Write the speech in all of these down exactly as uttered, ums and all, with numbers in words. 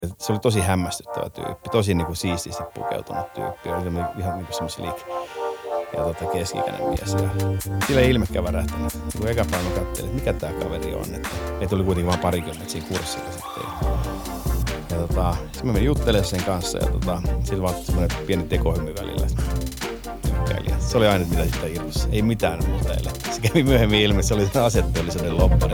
Se oli tosi hämmästyttävä tyyppi, tosi niin kuin siististi pukeutunut tyyppi. Oli ihan niin kuin semmoisen liike. Ja tota, keski-ikäinen mies. Ja sillä ei ilmekään värähtänyt. Kun eka päivä katselin, että mikä tää kaveri on. Että, että oli kuitenkin vaan parikymmentä siinä kurssilla sitten. Ja tota, sitten mä menin juttelemaan sen kanssa ja tota, sillä vaan semmoinen pieni tekohymy välillä. Se oli aina mitä sitä irtosi. Ei mitään muuta eilen. Se kävi myöhemmin ilmi, se oli asetteollisuuden loppari.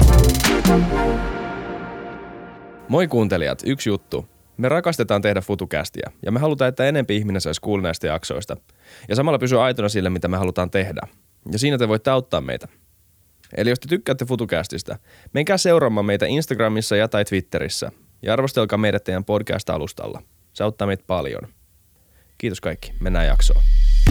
Moi kuuntelijat, yksi juttu. Me rakastetaan tehdä FutuCastia ja me halutaan, että enempi ihminen saisi kuulla näistä jaksoista. Ja samalla pysyä aitona sille, mitä me halutaan tehdä. Ja siinä te voitte auttaa meitä. Eli jos te tykkäätte FutuCastista, menkää seuraamaan meitä Instagramissa ja tai Twitterissä. Ja arvostelkaa meidät teidän podcast-alustalla. Se auttaa meitä paljon. Kiitos kaikki. Mennään jaksoon.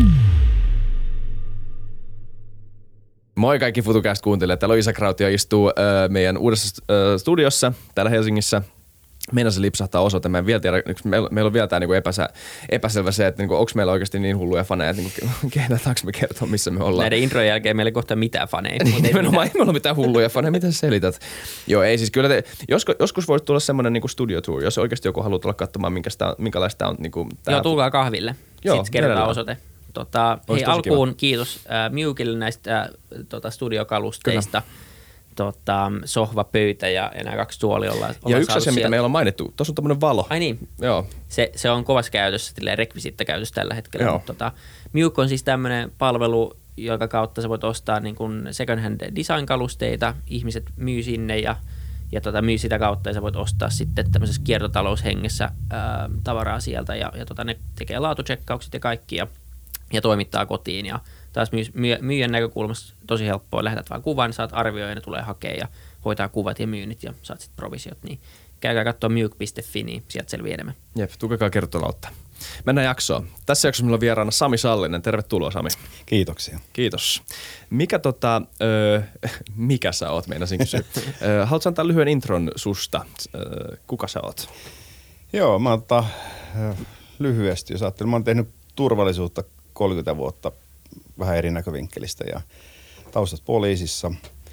Moi kaikki FutuCast-kuuntelijat. Täällä on Isak Rautio istuu äh, meidän uudessa äh, studiossa täällä Helsingissä. Meidän se lipsahtaa osoite. Mä en vielä tiedä, meillä, meillä on vielä tää niinku epäsä, epäselvä se, että niinku, onko meillä oikeasti niin hulluja faneja, että niinku, kehdataanko me kertoa, missä me ollaan. Näiden introjen jälkeen meillä ei kohta mitään faneja. Niin, nimenomaan ei meillä ole mitään hulluja faneja. Mitä sä selität? Joo, ei siis kyllä te, joskus, joskus voisi tulla semmoinen niinku studio tour, jos oikeasti joku haluaa tulla katsomaan, minkästä, minkälaista tää on. Niinku, tää... Joo, tulkaa kahville. Joo, sitten kerrotaan osoite. Tota, hei, alkuun kiva. Kiitos äh, Mewkille näistä äh, tota, studiokalusteista. Kyllä. Tota, sohva, pöytä ja, ja nämä kaksi tuolia ollaan. Ja yksi asia, mitä meillä on mainittu, tuossa on tämmöinen valo. Ai niin, joo. Se, se on kovassa käytössä, rekvisiittakäytössä tällä hetkellä. Mutta, tota, Mewk on siis tämmöinen palvelu, jonka kautta sä voit ostaa niin kuin second hand design-kalusteita. Ihmiset myy sinne ja, ja tota, myy sitä kautta ja sä voit ostaa sitten tämmöisessä kiertotaloushengessä ää, tavaraa sieltä. Ja, ja tota, ne tekee laatucheckaukset ja kaikki ja, ja toimittaa kotiin ja taas myy, myyjän näkökulmasta tosi helppoa. Lähetät vaan kuvan, saat arvioida ja ne tulee hakea ja hoitaa kuvat ja myynnit ja saat sitten provisiot. Niin käykää katsoa mewk piste fi, niin sieltä selviää enemmän. Jep, tukekaa kertolautta. Mennään jaksoon. Tässä jaksossa meillä on vieraana Sami Sallinen. Tervetuloa, Sami. Kiitoksia. Kiitos. Mikä tota, öö, mikä sä oot, meinasin kysyä. öö, haluatko antaa lyhyen intron susta? Öö, kuka sä oot? Joo, mä otan lyhyesti, jos ajattelin. Mä oon tehnyt turvallisuutta kolmekymmentä vuotta vähän eri näkövinkkelistä ja taustat poliisissa.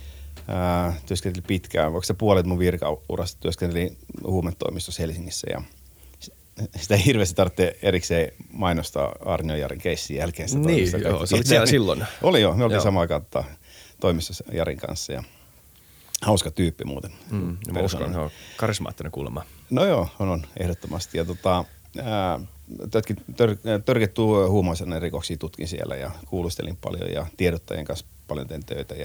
Ää, työskentelin pitkään, vaikka se puolet mun virkaurasta työskentelin huumetoimistossa Helsingissä ja sitä ei hirveästi tarvitse erikseen mainostaa Arnion Jarin keissin jälkeen. Niin, joo, sä olit siellä silloin. Oli joo, me oltiin samaan aikaan toimistossa Jarin kanssa ja hauska tyyppi muuten. Mm, mä uskon, joo, karismaattinen kuulemma. No joo, on, on ehdottomasti ja tota... Ää, Tör, törketty huumausaineen rikoksia tutkin siellä ja kuulustelin paljon ja tiedottajien kanssa paljon tein töitä.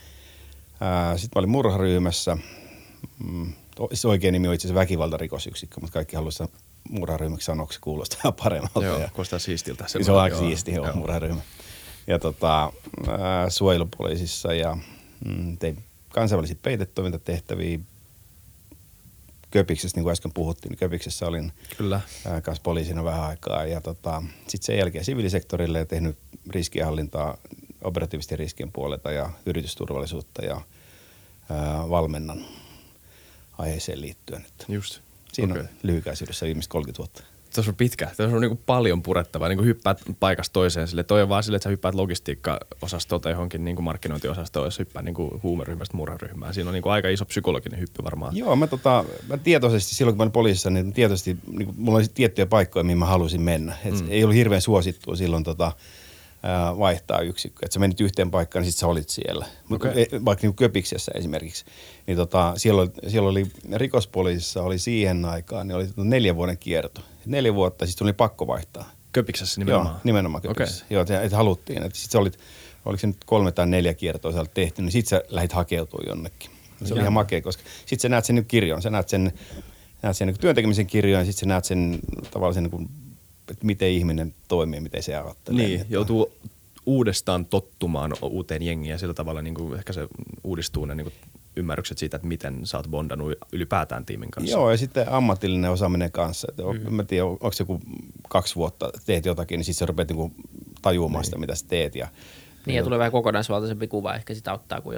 Sitten mä olin murharyhmässä. Mm, oikein nimi on itse asiassa väkivaltarikosyksikkö, mutta kaikki haluaisivat murharyhmäksi sanoa, se kuulostaa paremmalta. Joo, ja, kuulostaa siistiltä. Se on aika siisti, joo, joo. Murharyhmä. Ja tota, ää, suojelupoliisissa ja mm, tein kansainvälisiä peitetoimintatehtäviä. Köpiksessä, niin kuin äsken puhuttiin, niin Köpiksessä olin Kyllä. Ää, kanssa poliisina vähän aikaa. Ja tota, sitten sen jälkeen siviilisektorille ja tehnyt riskienhallintaa operatiivisten riskien puolelta ja yritysturvallisuutta ja ää, valmennan aiheeseen liittyen. Että just. Siinä okay. on lyhykäisyydessä viimeiset kolmekymmentä vuotta. Tuossa on pitkä. Tuossa on niinku paljon purettavaa. Niinku hyppäät paikasta toiseen. Sille toi on vaan sille, että sä hyppäät logistiikka-osastolta johonkin niinku markkinointiosastoon, jos hyppää niinku huumeryhmästä murharyhmään. Siinä on niinku aika iso psykologinen hyppy varmaan. Joo, mä, tota, mä tietoisesti, silloin kun mä olin poliisissa, niin tietoisesti, niinku, mulla oli tiettyjä paikkoja, mihin mä halusin mennä. Et mm. Ei ollut hirveän suosittua silloin tota, ää, vaihtaa yksikköä. Että sä menit yhteen paikkaan, niin sit sä olit siellä. Okay. Vaikka niinku Köpiksessä esimerkiksi. Niin tota, siellä, oli, siellä oli rikospoliisissa oli siihen aikaan, niin oli neljän vuoden kierto. Neljä vuotta, siis tuli pakko vaihtaa. Köpiksessä nimenomaan? Joo, nimenomaan Köpiksessä. Okay. Joo, että et haluttiin. Että sit sä olit, oliko se nyt kolme tai neljä kiertoa sä olit tehty, niin sit sä lähdit hakeutumaan jonnekin. Se oli ihan makea, koska sit sä näet sen kirjon. Sä näet sen, näet sen niin työntekemisen kirjon ja sit sä näet sen tavallaan sen, niin että miten ihminen toimii, miten se ajattelee. Niin, joutuu uudestaan tottumaan uuteen jengiin ja sillä tavalla niin kuin ehkä se uudistuu ne niin kuin ymmärrykset siitä, että miten sä oot bondannut ylipäätään tiimin kanssa. Joo, ja sitten ammatillinen osaaminen kanssa. Mm. Mä tiedän, onko se joku kaksi vuotta teet jotakin, niin sitten sä rupeat niinku tajuamaan niin. sitä, mitä sä teet. Ja, niin, ja tulee vähän kokonaisvaltaisempi kuva, ehkä sitä auttaa kuin jotain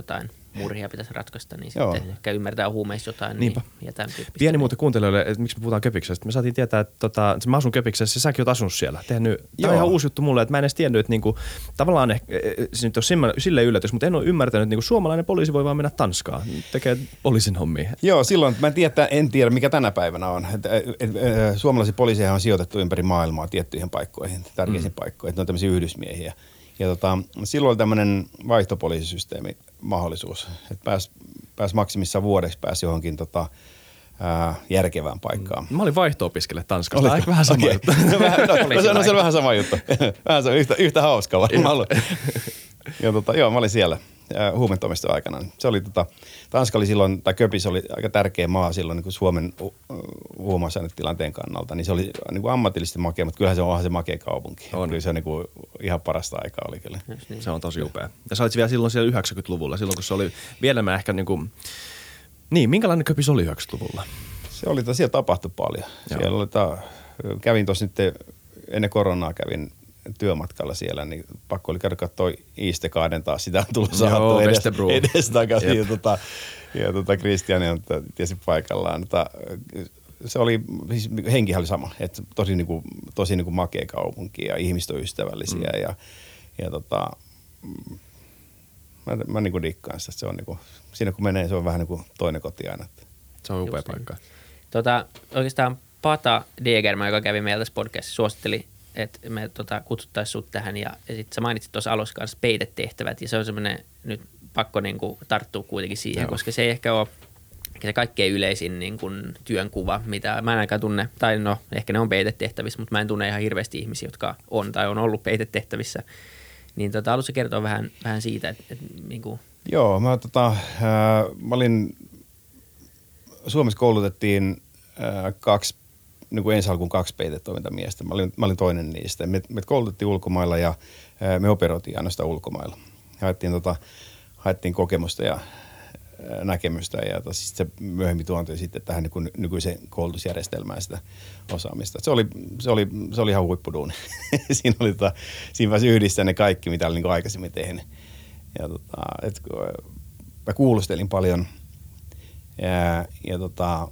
murhia pitäisi ratkaista, niin Joo. sitten ehkä ymmärtää huumeissa jotain. Niinpä. Niin, ja tämän tyyppistä. Pieni muuten kuuntelijoille, että miksi me puhutaan Köpiksestä. Me saatiin tietää, että tota, mä asun Köpiksessä ja säkin oot asunut siellä. Tehnyt, tämä on ihan uusi juttu mulle, että mä en edes tiennyt, että niinku, tavallaan ehkä, se nyt on silleen yllätys, mutta en ole ymmärtänyt, että niinku suomalainen poliisi voi vaan mennä Tanskaan. Tekee poliisin hommia. Joo, silloin mä en tiedä, en tiedä mikä tänä päivänä on. Et, et, et, suomalaisia poliiseja on sijoitettu ympäri maailmaa tiettyihin paikkoihin, tärkeisiin mm. paikkoihin. Ne on tämmöisiä yhdysmiehiä. Ja tota, silloin oli tämmöinen vaihtopoliisisysteemi mahdollisuus, että pääsi pääs maksimissaan vuodeksi pääsi johonkin tota, ää, järkevään paikkaan. Mä olin vaihto-opiskelija Tanskasta. Aika vähän sama okay. juttu. no, vähän, no, no, se, no, se on vähän sama juttu. Vähän se on yhtä, yhtä hauskaa varmaan. ja tota, joo, mä olin siellä huumetoimiston aikana. Se oli tota, Tanska oli silloin, tai Köpis oli aika tärkeä maa silloin niin kuin Suomen huumausainetilanteen kannalta, niin se oli niin kuin ammatillisesti makea, mutta kyllähän se on se makea kaupunki. On. Kyllä se niin kuin ihan parasta aikaa oli kyllä. Niin. Se on tosi upea. Ja sä olit vielä silloin siellä yhdeksänkymmentäluvulla, silloin kun se oli vielä mä ehkä niin kuin, niin minkälainen Köpis oli yhdeksänkymmentäluvulla? Se oli, siellä tapahtui paljon. Joo. Siellä oli, ta, kävin tuossa nyt ennen koronaa kävin työmatkalla siellä, niin pakko oli käydä katsoa Iistekaaden taas. Sitä on tullut saattua edes, edes takaisin. Yep. Ja, tota, ja tota Kristiani on tietysti paikallaan. Tota, se oli, siis henkihän oli sama. Että tosi, niinku, tosi niinku makea kaupunki ja ihmiset on ystävällisiä. Mm. Ja, ja tota, mä, mä niinku dikkaan sitä. Se on niinku, siinä kun menee, se on vähän niinku toinen koti aina. Se on upea paikka. Tota, oikeastaan Pata Degerman, joka kävi meillä tässä podcastissa, suositteli, että me tota, kutsuttaisiin sut tähän ja, ja sitten sä mainitsit tuossa alussa kanssa peitetehtävät ja se on semmoinen nyt pakko niinku tarttua kuitenkin siihen, Joo. koska se ei ehkä ole se kaikkein yleisin niin kuin työnkuva, mitä mä en ainakaan tunne, tai no ehkä ne on peitetehtävissä, mutta mä en tunne ihan hirveästi ihmisiä, jotka on tai on ollut peitetehtävissä. Niin tota, haluatko kertoa vähän, vähän siitä, että et, niin kuin... Joo, mä, tota, äh, mä olin, Suomessa koulutettiin äh, kaksi niin kuin ensi alkuun kaksi peitetoimintamiestä. Mä olin, mä olin toinen niistä. Me, me koulutettiin ulkomailla ja ää, me operoitiin ainoastaan ulkomailla. Haettiin, tota, haettiin kokemusta ja ää, näkemystä ja tota, sit se myöhemmin tuontui sitten tähän niin kuin nykyiseen koulutusjärjestelmään sitä osaamista. Se oli, se oli, se oli ihan huippuduuni. siinä, oli, tota, siinä pääsi yhdistää ne kaikki, mitä olin niin kuin aikaisemmin tehnyt. Ja, tota, et, mä kuulustelin paljon ja, ja tota,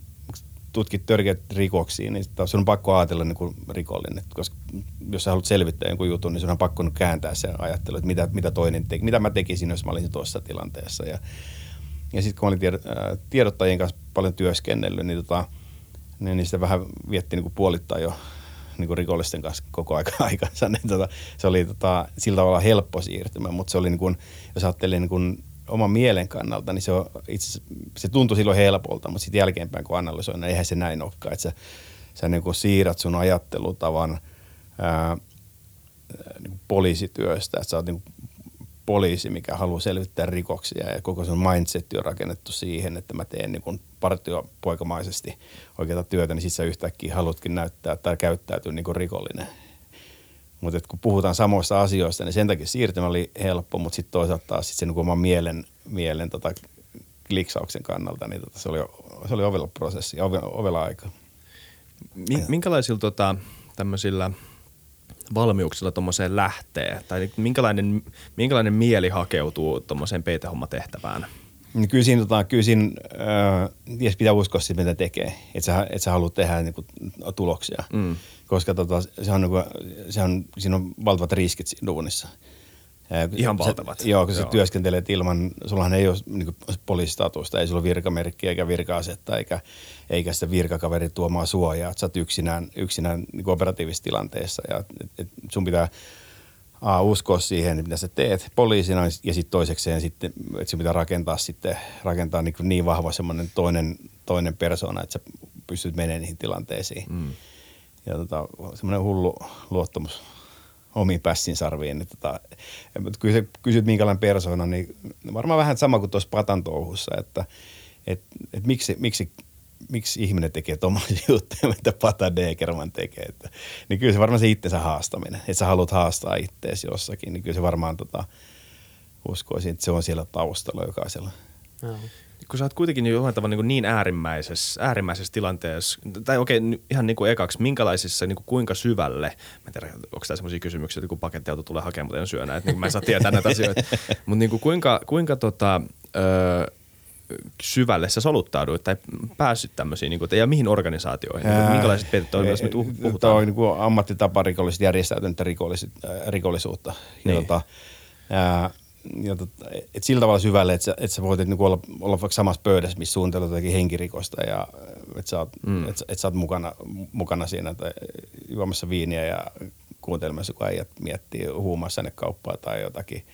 tutkit törkeät rikoksia, niin sun on pakko ajatella niin kuin rikollinen. Koska jos sä haluat selvittää jonkun jutun, niin sun on pakko kääntää se ajattelu, että mitä, mitä toinen teki, mitä mä tekisin, jos mä olisin tuossa tilanteessa. Ja, ja sitten kun mä olin tiedot, äh, tiedottajien kanssa paljon työskennellyt, niin, tota, niin, niin sitä vähän vietti niin kuin puolittain jo niin kuin rikollisten kanssa koko aika aikansa. Niin, tota, se oli tota, sillä tavalla helppo siirtymä, mutta se oli niin kuin, jos ajattelin niin kuin oman mielen kannalta, niin se, on, itse, se tuntui silloin helpolta, mutta sitten jälkeenpäin kun analysoin, niin eihän se näin olekaan. Että sä, sä niin kuin siirrät sun ajattelutavan ää, niin kuin poliisityöstä, että sä oot niin kuin poliisi, mikä haluaa selvittää rikoksia ja koko sun mindset on rakennettu siihen, että mä teen niin kuin partiopoikamaisesti oikeata työtä, niin sit sä yhtäkkiä haluatkin näyttää tai käyttäytyä niin kuin rikollinen. Mutta kun puhutaan samoista asioista, niin sen takia siirtymä oli helppo, mutta sitten toisaalta taas sit sen niin oman mielen, mielen tota, kliksauksen kannalta, niin tota, se, oli, se oli ovella prosessi, ovella, ovella aika. Minkälaisilla tota, tämmöisillä valmiuksilla tuommoiseen lähtee? Tai minkälainen, minkälainen mieli hakeutuu tuommoiseen peitehommatehtävään? Niin kyllä siinä, tota, kyllä siinä äh, pitää uskoa siitä, mitä tekee, että sä, et sä haluat tehdä niin kuin, tuloksia. Mm. Koska tota, se on, se on, siinä on valtavat riskit siinä duunissa. Ihan valtavat. Sä, joo, kun joo. sä työskentelet ilman, sullahan ei ole niin poliisistatusta, ei sulla ole virkamerkkiä eikä virka-asetta eikä, eikä sitä virkakaverin tuomaa suojaa. Että sä oot yksinään, yksinään niin operatiivisessa tilanteessa ja et, et sun pitää a, uskoa siihen, mitä sä teet poliisina ja sitten toisekseen sitten, että sun pitää rakentaa sitten, rakentaa niin, niin vahva semmoinen toinen, toinen persona, että sä pystyt menemään niihin tilanteisiin. Mm. Ja tota, semmoinen hullu luottamus omiin pässin sarviin. Niin tota, kun sä kysyt minkälainen persona, niin varmaan vähän sama kuin tuossa Patan touhussa, että et, et miksi, miksi, miksi ihminen tekee tommoisia juttuja, mitä Pata Degerman tekee. Että, niin kyllä se varmaan se itsensä haastaminen, että sä haluat haastaa itteesi jossakin, niin kyllä se varmaan tota, uskoisin, että se on siellä taustalla jokaisella. No. Kun sä oot kuitenkin jollain tavalla niin, niin äärimmäisessä, äärimmäisessä tilanteessa, tai okei, ihan niin kuin ekaksi, minkälaisissa, niin kuin kuinka syvälle, mä en tiedä, onko tämä sellaisia kysymyksiä, että kun pakettiauto tulee hakemaan, mutta en syö näitä, niin mä en saa tietää näitä asioita, mutta niin kuin kuinka, kuinka tota, öö, syvälle sä soluttauduit tai päässyt tämmöisiin, niin kuin, ja mihin organisaatioihin? Ää, minkälaiset petotoiminnasta me puhutaan? Tämä on niin ammattitaparikolliset, järjestäytynyttä rikollisuutta. Niin. Ja tota, ää, ja tota, et sillä tavalla syvälle, että sä, et sä voit et, niinku olla, olla vaikka samassa pöydässä, missä suunnitellaan jotakin henkirikosta ja että sä oot, mm. et, et sä oot mukana, mukana siinä tai juomassa viiniä ja kuuntelemassa, kun äijät miettii huumausainekauppaa tai jotakin,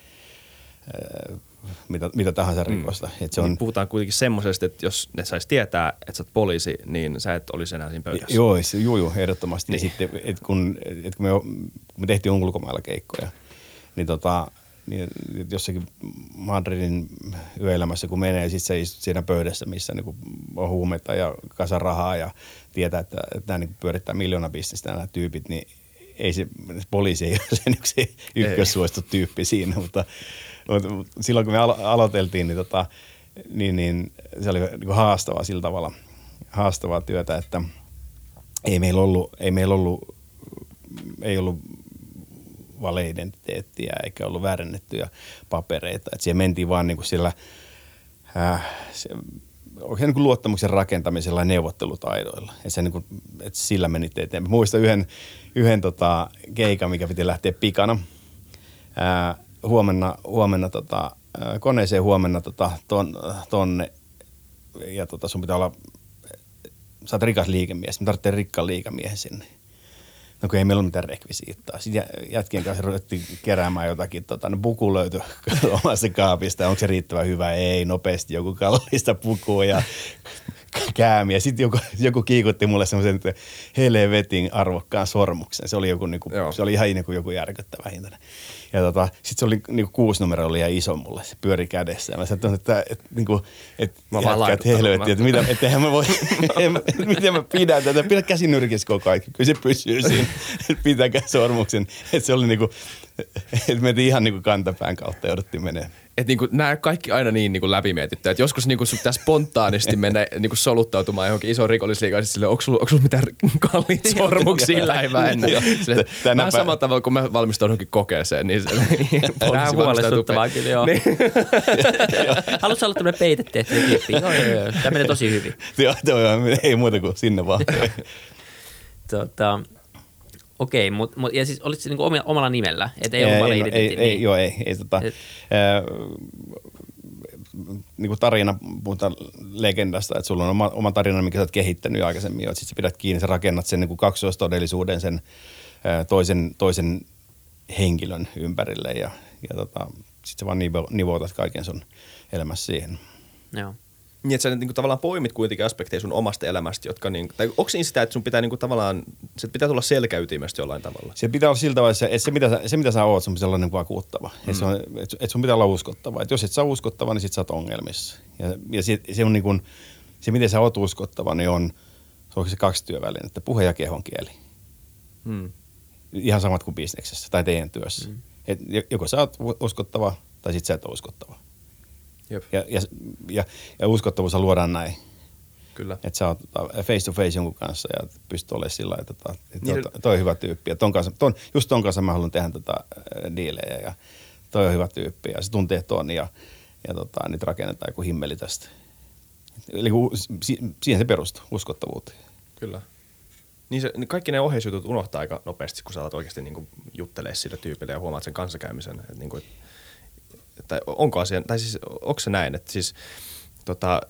ää, mitä, mitä tahansa rikosta. Mm. Et se on, niin puhutaan kuitenkin semmoisesta, että jos ne sais tietää, että sä oot poliisi, niin sä et olisi enää siinä pöydässä. Joo, juu, juu, ehdottomasti. Niin. Ja sitten, et kun, et kun, me, kun me tehtiin ulkomailla keikkoja, niin tota, niin jossakin Madridin yöelämässä, kun menee, sitten sä istut siinä pöydässä, missä niin on huumeita ja kasa rahaa ja tietää, että, että nämä niin pyörittää miljoonabisnestä nämä tyypit, niin ei se, poliisi ei ole sen yksi ykkössuosittu tyyppi siinä, mutta, mutta silloin kun me alo- aloiteltiin, niin, tota, niin, niin se oli niin haastavaa sillä tavalla, haastavaa työtä, että ei meillä ollut, ei meillä ollut, ei ollut valeidentiteettiä eikä ollut väärennettyjä papereita. Että siellä mentiin vaan niin kuin sillä äh, se, oikein niin kuin luottamuksen rakentamisella ja neuvottelutaidoilla. Että, se niin kuin, että sillä menit eteenpäin. Muistan yhden, yhden tota, keikan, mikä piti lähteä pikana. Äh, huomenna huomenna tota, äh, koneeseen huomenna tota, ton, tonne ja tota, sun pitää olla, sä oot rikas liikemies, me tarvitsee rikkaan liikamiehen sinne. No kun ei meillä ole mitään rekvisiittaa. Sitten jätkien kanssa ruvettiin keräämään jotakin, tota, no puku löytyi omasta kaapista. Onko se riittävän hyvä? Ei, nopeasti joku kallista pukua ja käämiä. Sitten joku, joku kiikutti mulle semmoisen helvetin arvokkaan sormuksen. Se oli, joku, niinku, se oli ihan niinku joku järkyttävä hintainen. Ja tota, sitten se oli niinku kuusi numero oli ihan iso mulle. Se pyöri kädessä. Ja mä sanoin, että, että, niinku, että jätkät helvetti, että mitä, että eihän mä voi, miten mä pidän tätä. Pidä käsi nyrkissä koko ajan. Kyllä se pysyy siinä, että pitäkää sormuksen. Että se oli niinku, että mentiin ihan niinku kantapään kautta ja jouduttiin menemään. Että niinku, nämä kaikki aina niin niinku läpimietittyä, että joskus niinku sun pitää spontaanisti mennä niinku soluttautumaan johonkin isoon rikollisliigaan, sitten silleen, onko sulla, onko sulla mitään kalliit sormuksia päivää ennen? Vähän samalla tavalla, kun mä valmistaudun johonkin kokeeseen, niin vähän huolestuttavaa kyllä, joo. Niin. Haluatko olla tämmöinen peitetehtävä tyyppi? Joo, joo, joo. Tämä menee tosi hyvin. Joo, ei muuta kuin sinne vaan. Tota... Okei, mutta mut, ja siis olit se niinku omalla nimellä, että ei ollut validiteetti? Ei, ei, niin. Joo, ei. ei tota, Et... ää, niin kuin tarina, puhutaan legendasta, että sulla on oma, oma tarina, mikä sä oot kehittänyt aikaisemmin, että sit sä pidät kiinni, sä rakennat sen niin kuin kaksoistodellisuuden sen ää, toisen, toisen henkilön ympärille ja, ja tota, sit sä vaan nivo, nivoutat kaiken sun elämässä siihen. Joo. Niin, että sä niin kuin, tavallaan poimit kuitenkin aspekteja sun omasta elämästä, jotka niin, tai onko siinä sitä, että sun pitää niin kuin, tavallaan, se pitää tulla selkäytimestä jollain tavalla? Se pitää olla siltä tavalla, että se, mitä sä, se mitä sä oot, sun pitää olla niin vakuuttava. Mm. Että et, et sun pitää olla uskottava. Että jos et sä ole uskottava, niin sit sä oot ongelmissa. Ja, ja se, se on niin kuin, se miten sä oot uskottava, niin on, se on se kaksi työväline, että puhe ja kehon kieli. Mm. Ihan samat kuin bisneksessä tai teidän työssä. Mm. Et joko sä oot uskottava tai sit sä et ole uskottava. Ja, ja, ja, ja uskottavuus luodaan näin. Kyllä. Että sä oot face to face jonkun kanssa ja pystyt olemaan sillä lailla, että, että niin, toi, toi on hyvä tyyppi. Ja ton kanssa, ton, just ton kanssa mä haluan tehdä tätä diilejä ja toi on hyvä tyyppi. Ja se tuntee ton ja, ja tota, niitä rakennetaan joku himmeli tästä. Eli siihen se perustuu, uskottavuuteen. Kyllä. Niin, se, niin kaikki ne ohjeisjutut unohtaa aika nopeasti, kun sä alat oikeasti niin juttelemaan sillä tyypillä ja huomaat sen kanssakäymisen. Että, niin kuin, tai onko asia, tai siis onko se näin, että siis tota,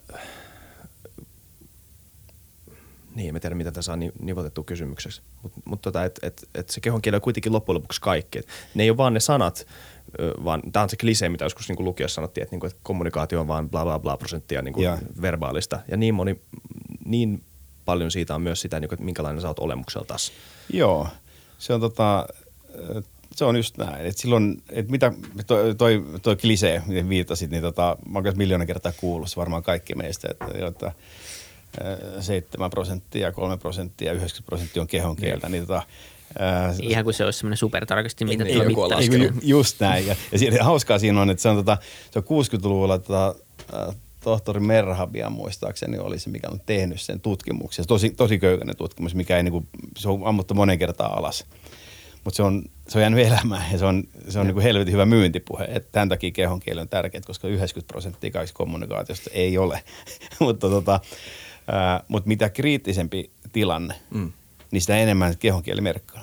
niin, en tiedä, mitä tässä on nivotettu kysymykseksi, mutta mut tota, että et, et se kehon kieli on kuitenkin loppujen lopuksi kaikki. Et ne ei ole vaan ne sanat, vaan tämä on se klisee, mitä joskus niinku lukiossa sanottiin, että niinku, et kommunikaatio on vaan bla bla bla prosenttia niinku verbaalista. Ja niin moni, niin paljon siitä on myös sitä, niinku, että minkälainen sä oot olemukseltas. Joo, se on tota... Se on just näin. Et silloin, että mitä toi, toi, toi klisee, miten viittasit, niin tota, mä oon miljoona kertaa kuullut, varmaan kaikki meistä, että, että seitsemän prosenttia, kolme prosenttia, yhdeksänkymmentä prosenttia on kehon kieltä. Niin, tota, ää, ihan kuin se olisi semmoinen supertarkasti, mitä tuolla mittaa. Ju, just näin. Ja, ja siinä, hauskaa siinä on, että se on, tota, se on kuusikymmentäluvulla tota, tohtori Merhabia muistaakseni oli se, mikä on tehnyt sen tutkimuksen. Tosi, tosi köykäinen tutkimus, mikä ei, niinku, se on ammuttu monen kertaa alas. mutta se on, se on jäänyt elämään ja se on, se on niin kuin helvetin hyvä myyntipuhe. Että tämän takia kehonkieli on tärkeä, koska yhdeksänkymmentä prosenttia kaikista kommunikaatiosta ei ole. mutta, tota, ää, mutta mitä kriittisempi tilanne, mm. niin sitä enemmän kehonkieli merkkaa.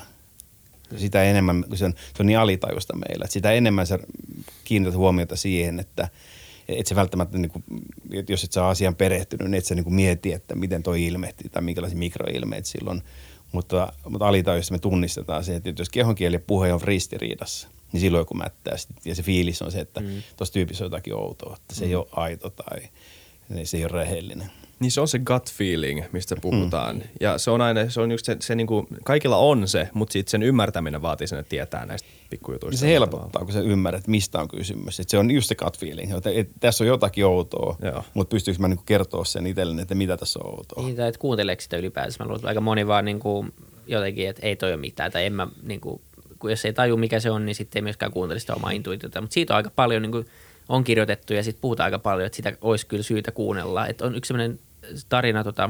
Sitä enemmän, se on, se on niin alitajusta meillä, että sitä enemmän sä kiinnität huomiota siihen, että et se välttämättä, niin kuin, että jos et saa asian perehtynyt, niin et sä niin kuin mieti, että miten toi ilmehtii tai minkälaisia mikroilmeitä silloin. Mutta, mutta alitajusta me tunnistetaan se, että jos kehonkieli ja puhe on ristiriidassa, niin silloin joku mättää. Ja se fiilis on se, että mm. tuossa tyypissä on jotakin outoa, että se mm. ei ole aito tai se ei ole rehellinen. Niin se on se gut feeling, mistä puhutaan. Mm. Ja se on aina, se on just se, se niinku, kaikilla on se, mutta sitten sen ymmärtäminen vaatii sen, että tietää näistä pikkujutuista. Se helpottaa, kun sä ymmärrät, mistä on kysymys. Et se on just se gut feeling, että et, tässä on jotakin outoa, Joo. mutta pystyykö mä niinku kertoa sen itselleni, että mitä tässä on outoa. Niin, tai että kuunteleeko sitä ylipäänsä. Mä luulen, että aika moni vaan niinku jotenkin, että ei toi ole mitään, tai en mä, niinku, jos ei taju mikä se on, niin sitten ei myöskään kuuntele sitä omaa intuitiota. Mutta siitä on aika paljon, niinku, on kirjoitettu ja sitten puhutaan aika paljon, että sitä olisi kyllä syytä kuunnella. Että on yksi sellainen tarina, tota,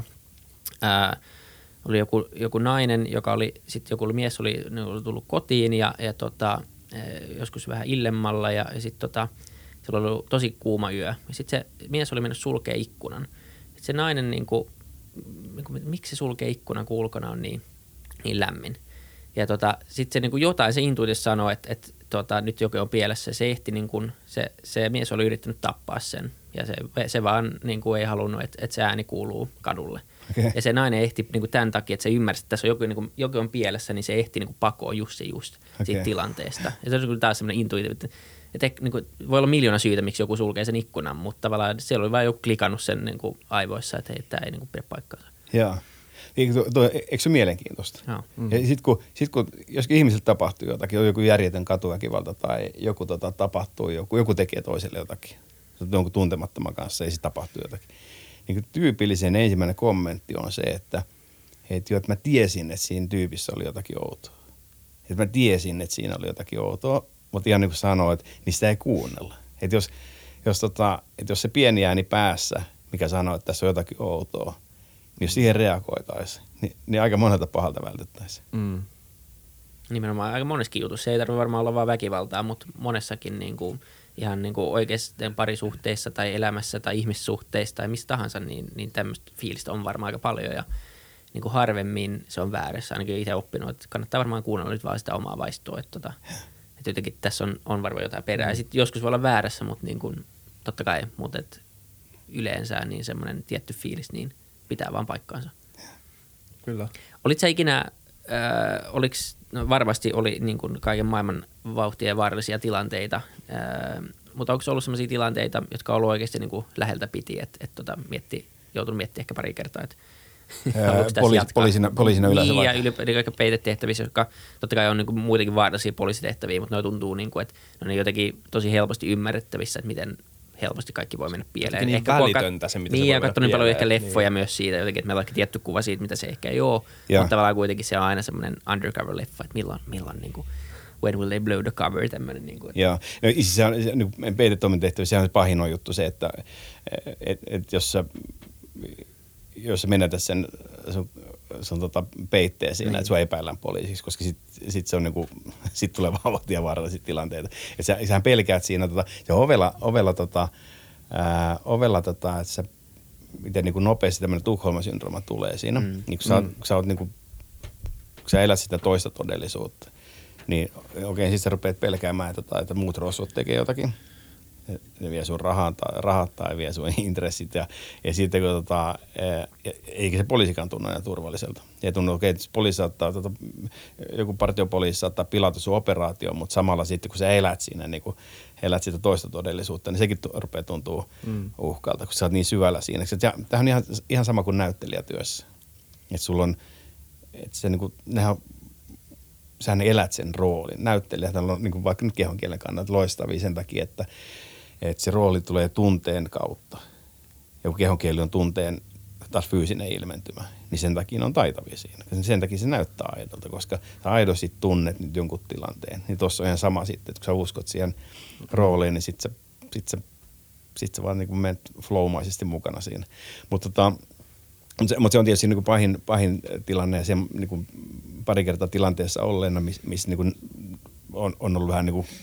ää, oli joku, joku nainen, joka oli, sitten joku mies oli, oli tullut kotiin ja, ja tota, ää, joskus vähän illemmalla ja, ja sitten tota, sillä oli ollut tosi kuuma yö. Ja sitten se mies oli mennyt sulkea ikkunan. Sitten se nainen, niin kuin, miksi se sulkee ikkunan, kun ulkona on niin, niin lämmin. Ja tota, sitten se niin kuin jotain, se intuitio sanoi, että, että tota, nyt joku on pielessä. Se ehti, niin kuin, se, se mies oli yrittänyt tappaa sen. Ja se, se vaan niin kuin ei halunnut, että, että se ääni kuuluu kadulle. Okay. Ja se nainen ehti niin kuin tämän takia, että se ymmärsi, että tässä on joku, niin kuin, joku on pielessä, niin se ehti niin kuin pakoon just se just okay. siitä tilanteesta. Ja se on kyllä taas semmoinen intuitiivinen, että, että niin kuin, voi olla miljoona syytä, miksi joku sulkee sen ikkunan, mutta tavallaan siellä oli vain joku klikannut sen niin kuin aivoissa, että hei, tämä ei niin kuin pidä paikkaansa. Joo. Eikö, tuo, eikö se mielenkiintoista? Joo. Mm. Ja sitten kun, sit kun joskin ihmisellä tapahtuu jotakin, on joku järjetön katuväkivalta tai joku tota, tapahtuu, joku, joku tekee toiselle jotakin, jonkun tuntemattoman kanssa ja sitten tapahtuu jotakin. Niin tyypillisen ensimmäinen kommentti on se, että, että, jo, että mä tiesin, että siinä tyypissä oli jotakin outoa. Että mä tiesin, että siinä oli jotakin outoa, mutta ihan niin kuin sanoo, että niin sitä ei kuunnella. Että jos, jos, tota, että jos se pieni ääni päässä, mikä sanoo, että tässä on jotakin outoa, niin jos siihen reagoitaisiin, niin, niin aika monelta pahalta vältyttäisiin. Mm. Nimenomaan aika moneskin jutussa. Se ei tarvitse varmaan olla vain väkivaltaa, mutta monessakin niin kuin, ihan niin kuin oikeasti parisuhteissa tai elämässä tai ihmissuhteissa tai mistä tahansa, niin, niin tämmöistä fiilistä on varmaan aika paljon ja niin kuin harvemmin se on väärässä. Ainakin itse oppinut, että kannattaa varmaan kuunnella nyt vaan sitä omaa vaistoa, että, tota, että jotenkin tässä on, on varmaan jotain perää. Mm. Sitten joskus voi olla väärässä, mutta niin kuin, totta kai, mutta et yleensä niin semmoinen tietty fiilis, niin pitää vaan paikkaansa. Kyllä. Olit sä ikinä, äh, oliks, no varmasti oli niin kuin kaiken maailman vauhtia ja vaarallisia tilanteita, äh, mutta onko ollut sellaisia tilanteita, jotka on ollut oikeasti niin kuin läheltä piti, että et, tota, mietti, joutunut miettimään ehkä pari kertaa, että haluatko tässä Poliis, jatkaa? Poliisina, poliisina yleensä niin, ja yli, yli peitetehtävissä, jotka totta kai on niin kuin muitakin vaarallisia poliisitehtäviä, mutta ne tuntuu, niin kuin, että ne on jotenkin tosi helposti ymmärrettävissä, että miten helposti kaikki voi mennä pieleen. Niin ehkä välitöntä se, mitä niin, se voi ja katsonut paljon ehkä leffoja niin. myös siitä, jotenkin, että meillä on ehkä tietty kuva siitä, mitä se ehkä ei ole, ja. Mutta tavallaan kuitenkin se on aina semmoinen undercover-leffa, että milloin, milloin niin kuin, when will they blow the cover, tämmöinen. Niin kuin, joo, no, se on, se, niin peitetoimen tehtävä, sehän on pahin on juttu se, että et, et, jos sä, jos sä menetät sen sun, sun tota peitteen siinä, niin. Että sua epäillään poliisiksi, koska sit, sit se on niinku, sit tulee vauhtia vaarallisia tilanteita. Ja sä, sähän pelkäät siinä tota, ja ovella, ovella tota, ää, ovella tota, että sä, miten niinku nopeasti tämmönen Tukholma-syndrooma tulee siinä. Mm. Niin kun sä, mm. kun sä oot niinku, kun sä elät sitä toista todellisuutta, niin okei, okay, sit sä rupeat pelkäämään, että, että muut rosvot tekee jotakin. Ne vie sun rahat tai, rahat tai vie sun intressit ja, ja sitten kun tota, eikä se poliisikaan tunnu enää turvalliselta. Ja tunnu, okei, okay, poliisi saattaa, tota, joku partiopoliisi saattaa pilata sun operaatio, mutta samalla sitten kun sä elät siinä, niin kun elät sitä toista todellisuutta, niin sekin tu- rupeaa tuntua mm. uhkalta, kun sä oot niin syvällä siinä. Tämä on ihan, ihan sama kuin näyttelijätyössä. Että sulla on, että se niinku, nehän on, sähän elät sen roolin. Näyttelijät on niin kuin vaikka nyt kehonkielen kannalta loistavia sen takia, että, että se rooli tulee tunteen kautta. Ja kun kehonkieli on tunteen taas fyysinen ilmentymä, niin sen takia ne on taitavia siinä. Sen takia se näyttää aidolta, koska sä aidosti tunnet nyt jonkun tilanteen. Niin tuossa on ihan sama sitten, että kun sä uskot siihen rooliin, niin sit sä, sit sä, sit sä vaan niin kuin menet flowmaisesti mukana siinä. Mutta tota, Mutta se, mut se on tietysti niinku pahin, pahin tilanne ja se niinku pari kertaa tilanteessa olleena, missä mis, niin on, on ollut vähän niin kuin,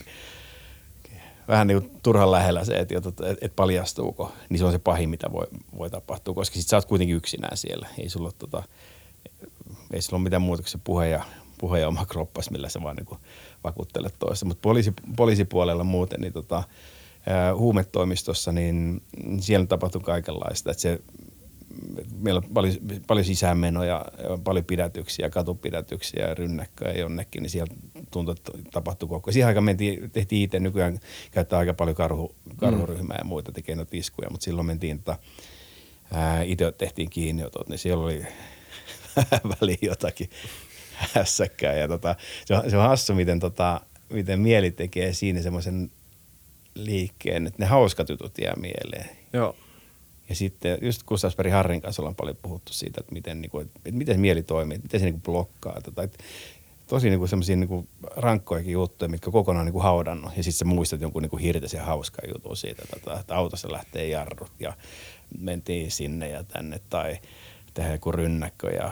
vähän niin kuin turhan lähellä se, että, että, että paljastuuko, niin se on se pahin, mitä voi, voi tapahtua, koska sit sä oot kuitenkin yksinään siellä. Ei sulla ole, tota, ei sulla ole mitään muuta kuin se puhe ja, puhe ja oma kroppas, millä sä vaan niin kuin vakuuttelet toista. Mutta poliisi, poliisipuolella muuten, niin tota, ää, huumetoimistossa, niin siellä tapahtui kaikenlaista. Että se, meillä on paljon, paljon sisäänmenoja, paljon pidätyksiä, katupidätyksiä ja rynnäkköjä jonnekin, niin siellä tuntui, että tapahtui koko ajan. Siihen aikaan mentiin, tehtiin itse, nykyään käyttää aika paljon karhu, karhuryhmää ja muita, tekee noita iskuja, mutta silloin mentiin, että itse tehtiin kiinniotot, niin siellä oli väliin jotakin hässäkkää. Ja tota, se, on, se on hassu, miten, tota, miten mieli tekee siinä semmoisen liikkeen, että ne hauskat jutut jää mieleen. Joo. Ja sitten just Gustavsberg Harrin kanssa ollaan paljon puhuttu siitä, että miten, niin kuin, että miten se mieli toimii, että miten se niin kuin blokkaa. Tota, että tosi niin kuin sellaisia niin kuin rankkojakin juttuja, mitkä kokonaan niin kuin haudannut. Ja sitten sä muistat jonkun niin kuin hirteisen hauskan jutun siitä, tota, että autossa lähtee jarrut ja mentiin sinne ja tänne. Tai tehdään joku rynnäkkö ja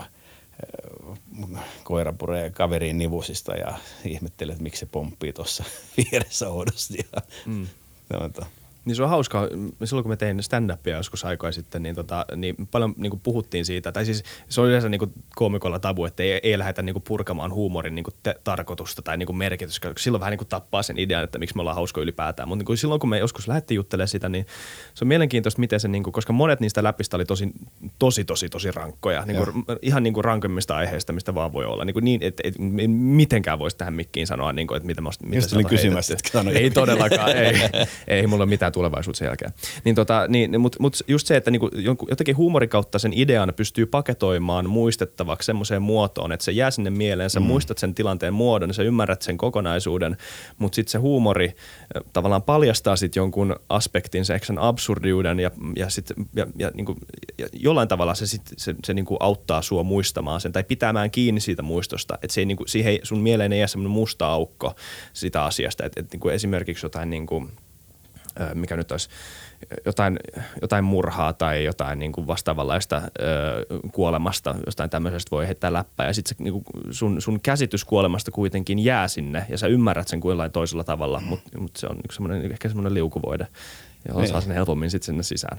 äh, koira puree kaveriin nivusista ja ihmettelee, että miksi se pomppii tuossa vieressä oudosti. Ja, mm. no, to. Niin se on hauskaa. Silloin kun mä tein stand-upia joskus aikaa sitten, niin, tota, niin paljon niin kuin puhuttiin siitä. Tai siis se on yleensä niin kuin koomikolla tabu, että ei, ei lähdetä niin kuin purkamaan huumorin niin kuin te- tarkoitusta tai niin kuin merkitystä. Silloin vähän niin kuin tappaa sen idean, että miksi me ollaan hauskoja ylipäätään. Mutta niin silloin kun me joskus lähdettiin juttelemaan sitä, niin se on mielenkiintoista, miten se, niin kuin, koska monet niistä läpistä oli tosi, tosi, tosi, tosi rankkoja. Niin kuin, ihan niin kuin rankemmista aiheista, mistä vaan voi olla. Niin, kuin niin että et, mitenkään voisi tähän mikkiin sanoa, niin kuin, että mitä, mitä just olin kysymässä. Ei todellakaan, ei. Ei mulla ole mitään tulevaisuutta sen jälkeen. Niin tota, niin, mutta mut just se, että niinku jotenkin huumorin kautta sen idean pystyy paketoimaan muistettavaksi semmoiseen muotoon, että se jää sinne mieleen, sä mm. muistat sen tilanteen muodon, sä ymmärrät sen kokonaisuuden, mutta sitten se huumori tavallaan paljastaa sitten jonkun aspektin, sen absurdiuden ja, ja, sit, ja, ja, niinku, ja jollain tavalla se, sit, se, se niinku auttaa sua muistamaan sen tai pitämään kiinni siitä muistosta, että se ei, niinku, siihen, sun mieleen ei jää semmoinen musta aukko sitä asiasta, että et, niinku esimerkiksi jotain niinku mikä nyt olisi jotain, jotain murhaa tai jotain niin kuin vastaavanlaista ö, kuolemasta, jostain tämmöisestä voi heittää läppää. Ja sitten niin sun, sun käsitys kuolemasta kuitenkin jää sinne ja sä ymmärrät sen kuin jollain toisella tavalla, mutta mut se on niin semmoinen, ehkä semmoinen liukuvoide, johon saa sen helpommin sitten sinne sisään.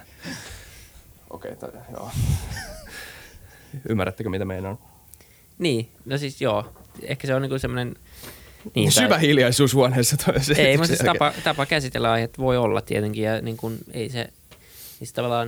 Okei, okay, joo. Ymmärrättekö mitä meinaan? Niin, no siis joo. Ehkä se on niinku semmoinen... Niin, syvä tai... hiljaisuus huoneessa. Ei, mutta siis tapa, tapa käsitellä aiheet voi olla tietenkin ja niin kuin ei se, siis tavallaan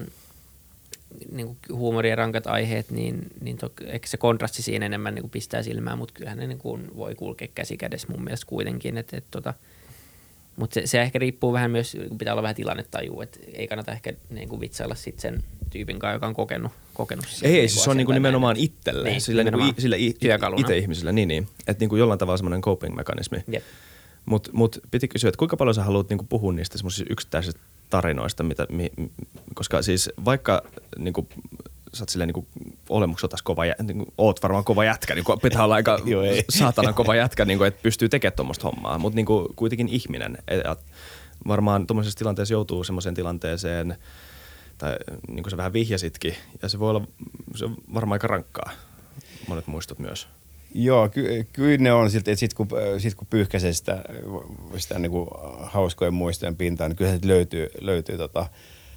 niin kuin huumori ja rankat aiheet, niin, niin to, ehkä se kontrasti siinä enemmän niin kuin pistää silmään, mutta kyllähän ne niin kuin voi kulkea käsi kädessä mun mielestä kuitenkin, että et, tota, mutta se, se ehkä riippuu vähän myös, pitää olla vähän tilannetajua, että ei kannata ehkä niin kuin vitsailla sit sen tyypin kanssa, joka on kokenut. kokenut ei, ei, niin siis se on niin kuin nimenomaan itselle, niin, sille, nimenomaan niin sille itse ihmiselle, niin, niin. Että niin kuin jollain tavalla semmoinen coping-mekanismi. Yep. Mutta mut piti kysyä, että kuinka paljon sä haluat niin kuin puhua niistä semmoisista yksittäisistä tarinoista, mitä, mi, koska siis vaikka niin kuin, sä oot silleen niin kuin olemukseltaan kova, niin kuin, oot varmaan kova jätkä, niin kuin pitää olla aika saatanan kova jätkä, niin kuin, että pystyy tekemään tuommoista hommaa, mutta niin kuin kuitenkin ihminen. Et varmaan tuommoisessa tilanteessa joutuu semmoiseen tilanteeseen, tai niin kuin sä vähän vihjasitkin, ja se voi olla, se on varmaan aika rankkaa, monet muistot myös. Joo, ky- kyllä ne on siltä, että sit kun, sit kun pyyhkäisee sitä, sitä niin kuin hauskojen muistojen pintaan, niin kyllä se löytyy, löytyy, tota,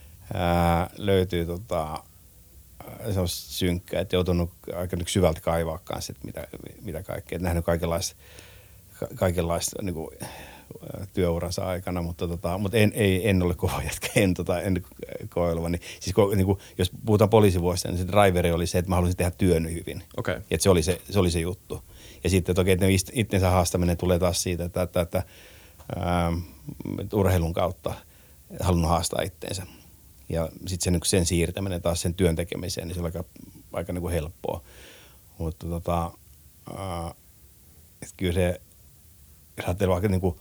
ää, löytyy tota, se on synkkää, että joutunut aika syvältä kaivaa kanssa, että mitä, mitä kaikkea. Et nähnyt kaikenlaista, kaikenlaista niin kuin, työuransa aikana, mutta, tota, mutta en, ei, en ole kova jätkä, en, tota, en koelua. Niin, siis niin kuin, jos puhutaan poliisivuosista, niin se driveri oli se, että mä halusin tehdä työn hyvin. Okay. Että se oli se, se oli se juttu. Ja sitten toki, että itsensä haastaminen tulee taas siitä, että, että, että ää, urheilun kautta halunnut haastaa itteensä. Ja sitten sen, sen siirtäminen taas sen työn tekemiseen, niin se on aika, aika niin kuin helppoa. Mutta tota, ää, että kyllä se, jos ajattelee vaikka niin kuin,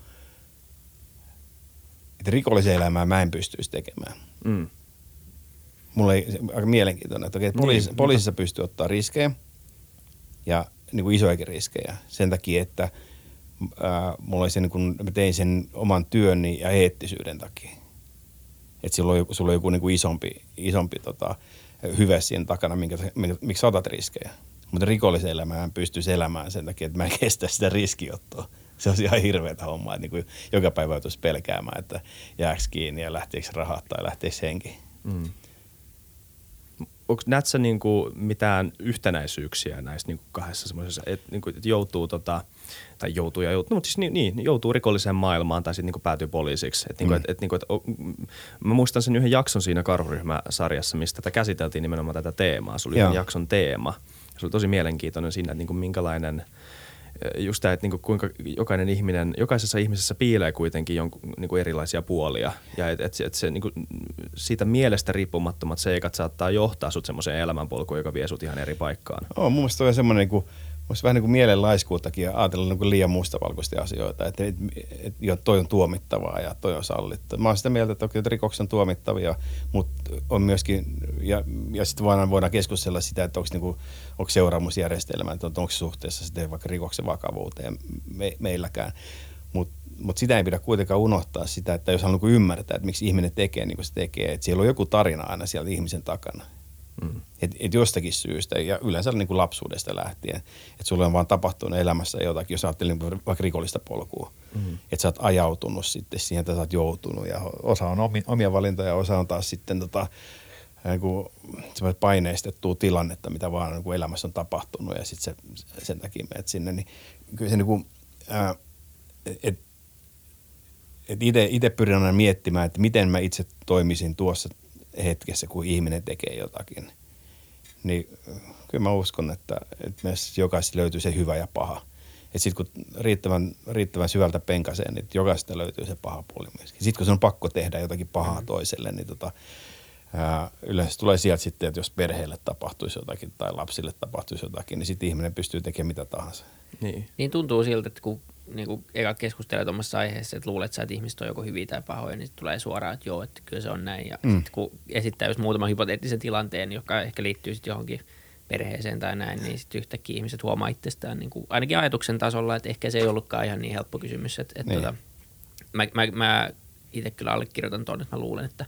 että rikollisen elämää mä en pystyisi tekemään. Mm. Mulla ei, se, aika mielenkiintoinen, että, okay, että poliis, niin, poliisissa mutta... pystyy ottaa riskejä ja niin kuin isojakin riskejä sen takia, että ää, mulla oli se, niin kuin, mä tein sen oman työnni ja eettisyyden takia. Että sulla on, sulla on joku niin kuin isompi, isompi tota, hyve siinä takana, minkä, minkä, miksi sä otat riskejä. Mutta rikollisen elämään pystyisi elämään sen takia, että mä en kestä sitä riskiottoa. Se on ihan hirveätä hommaa, että niin joka päivä joutuisi pelkäämään, että jääkö kiinni ja lähteekö rahat tai lähteekö henki. Mm. Onko näetkö sä niinku mitään yhtenäisyyksiä näissä niinku kahdessa semmoisessa, että niinku, et joutuu tota, tai joutuu ja joutuu, no, mutta siis niin, niin, joutuu rikolliseen maailmaan tai sitten niinku päätyy poliisiksi. Et niinku, mm. et, et, niinku, et, o, mä muistan sen yhden jakson siinä Karhuryhmä-sarjassa, mistä tätä käsiteltiin nimenomaan tätä teemaa. Se oli yhden jakson teema. Se oli tosi mielenkiintoinen siinä, että niinku minkälainen just tämä, että niinku kuinka jokainen ihminen, jokaisessa ihmisessä piilee kuitenkin jonkun niinku erilaisia puolia ja että et, et se niinku, siitä mielestä riippumattomat seikat saattaa johtaa sut semmoiseen elämänpolkuun, joka vie sut ihan eri paikkaan. Oo, mun mielestä toi on semmoinen niinku, vähän niin kuin mielenlaiskuuttakin ja ajatella niin kuin liian mustavalkoisia asioita, että et, et, et, toi on tuomittavaa ja toi on sallittu. Mä oon sitä mieltä, että, että rikokset on tuomittavia, mutta on myöskin, ja, ja sitten voidaan, voidaan keskustella sitä, että onko niinku, seuraamusjärjestelmä, että onko se suhteessa sitten vaikka rikoksen vakavuuteen me, meilläkään. Mutta mut sitä ei pidä kuitenkaan unohtaa sitä, että jos haluaa ymmärtää, että miksi ihminen tekee niin kuin se tekee, että siellä on joku tarina aina siellä ihmisen takana. Mm. Että et jostakin syystä ja yleensä niin kuin lapsuudesta lähtien, että sulla on vaan tapahtunut elämässä jotakin, jos ajattelee niin vaikka rikollista polkua, mm. että sä oot ajautunut sitten siihen, että sä oot joutunut ja osa on omia valintoja ja osa on taas sitten tota, niin paineistettua tilannetta, mitä vaan niin kuin elämässä on tapahtunut ja sitten se, sen takia menet sinne, niin kyllä se niin kuin, ää, et, et itse pyrin aina miettimään, että miten mä itse toimisin tuossa hetkessä, kun ihminen tekee jotakin, niin kyllä mä uskon, että, että meissä jokaisesta löytyy se hyvä ja paha. Että sitten kun riittävän, riittävän syvältä penkaseen, niin jokaisesta löytyy se paha puoli myöskin. Sitten kun se on pakko tehdä jotakin pahaa toiselle, niin tota, ää, yleensä tulee sieltä sitten, että jos perheelle tapahtuisi jotakin tai lapsille tapahtuisi jotakin, niin sitten ihminen pystyy tekemään mitä tahansa. Niin, niin tuntuu siltä, että kun niin kuin eka keskustelee tuommoisessa aiheessa, että luulet sä, että ihmiset on joko hyviä tai pahoja, niin sitten tulee suoraan, että joo, että kyllä se on näin. Ja mm. sitten kun esittää just muutaman hypoteettisen tilanteen, joka ehkä liittyy sitten johonkin perheeseen tai näin, niin sitten yhtäkkiä ihmiset huomaa itsestään niin kuin ainakin ajatuksen tasolla, että ehkä se ei ollutkaan ihan niin helppo kysymys. Että, että niin. tota, mä, mä, mä itse kyllä allekirjoitan tuon, että mä luulen, että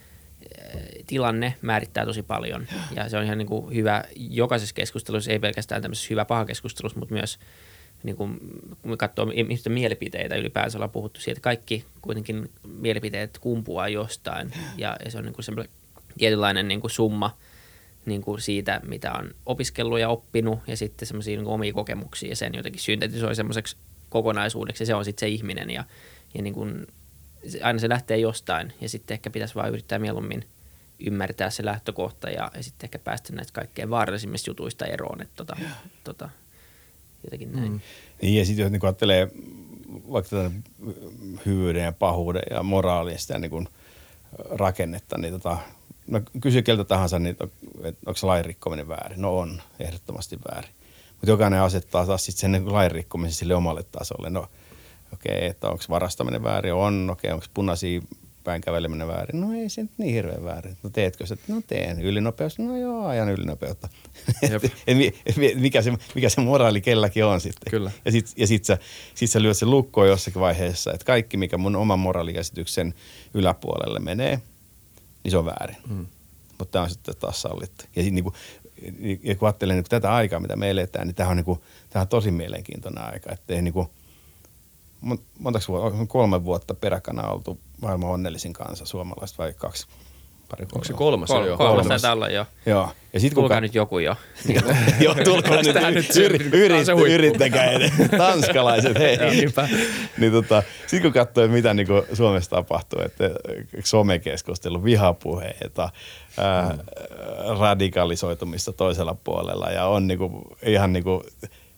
tilanne määrittää tosi paljon ja se on ihan niin kuin hyvä jokaisessa keskustelussa, ei pelkästään tämmöisessä hyvä paha keskustelussa, mutta myös niin kun, kun me katsoo ihmisten mielipiteitä ylipäänsä, ollaan puhuttu siitä, että kaikki kuitenkin mielipiteet kumpuaa jostain ja, ja se on niin kuin semmoinen tietynlainen niin kuin summa niin kuin siitä, mitä on opiskellut ja oppinut ja sitten semmoisia niin kuin omia kokemuksia ja sen jotenkin syntetisoi semmoiseksi kokonaisuudeksi ja se on sitten se ihminen ja, ja niin kuin, aina se lähtee jostain ja sitten ehkä pitäisi vaan yrittää mieluummin ymmärtää se lähtökohta ja, ja sitten ehkä päästä näistä kaikkein vaarallisimmista jutuista eroon, että tota, tota, jotenkin näin. Mm. Niin ja sitten jos niin ajattelee vaikka tätä hyvyyden ja pahuuden ja moraalista niin kuin rakennetta, niin tota, no kysy keltä tahansa, niin on, onko se lain rikkominen väärin? No on, ehdottomasti väärin. Mutta jokainen asettaa taas sitten sen niin lain rikkomisen sille omalle tasolle. No okei, okay, että onko varastaminen väärin? On. Okei, okay, onko punaisia päin käveleminen väärin? No ei se nyt niin hirveän väärin. No teetkö se? No teen. Ylinopeus? No joo, ajan ylinopeutta. et, et, et, mikä, se, mikä se moraali kelläkin on sitten. Kyllä. Ja sitten ja sit sä, sit sä lyöt sen lukkoon jossakin vaiheessa, että kaikki mikä mun oman moraalikäsityksen yläpuolelle menee, niin se on väärin. Mm. Mutta tämä on sitten taas sallittu. Ja, sit, niin kun, ja kun ajattelen niin kun tätä aikaa, mitä me eletään, niin tämä on, niin kun, on tosi mielenkiintoinen aika. Että ei niin kun, montako vuotta, kolme vuotta peräkana oltu maailman onnellisin kansa, suomalaiset vai kaksi? Pari, Onko se kolmas? Kol- jo? Kolmas taitaa olla jo. Joo. Ja sit tulkaa kun... nyt joku jo. Joo, tulkaa nyt, nyt yrit, yrit, yrittäkää edes. Tanskalaiset, hei. niin tota, sit kun katsoo, mitä niin Suomessa tapahtuu, että somekeskustelu, vihapuheita, ää, radikalisoitumista toisella puolella ja on niin kuin, ihan niin kuin,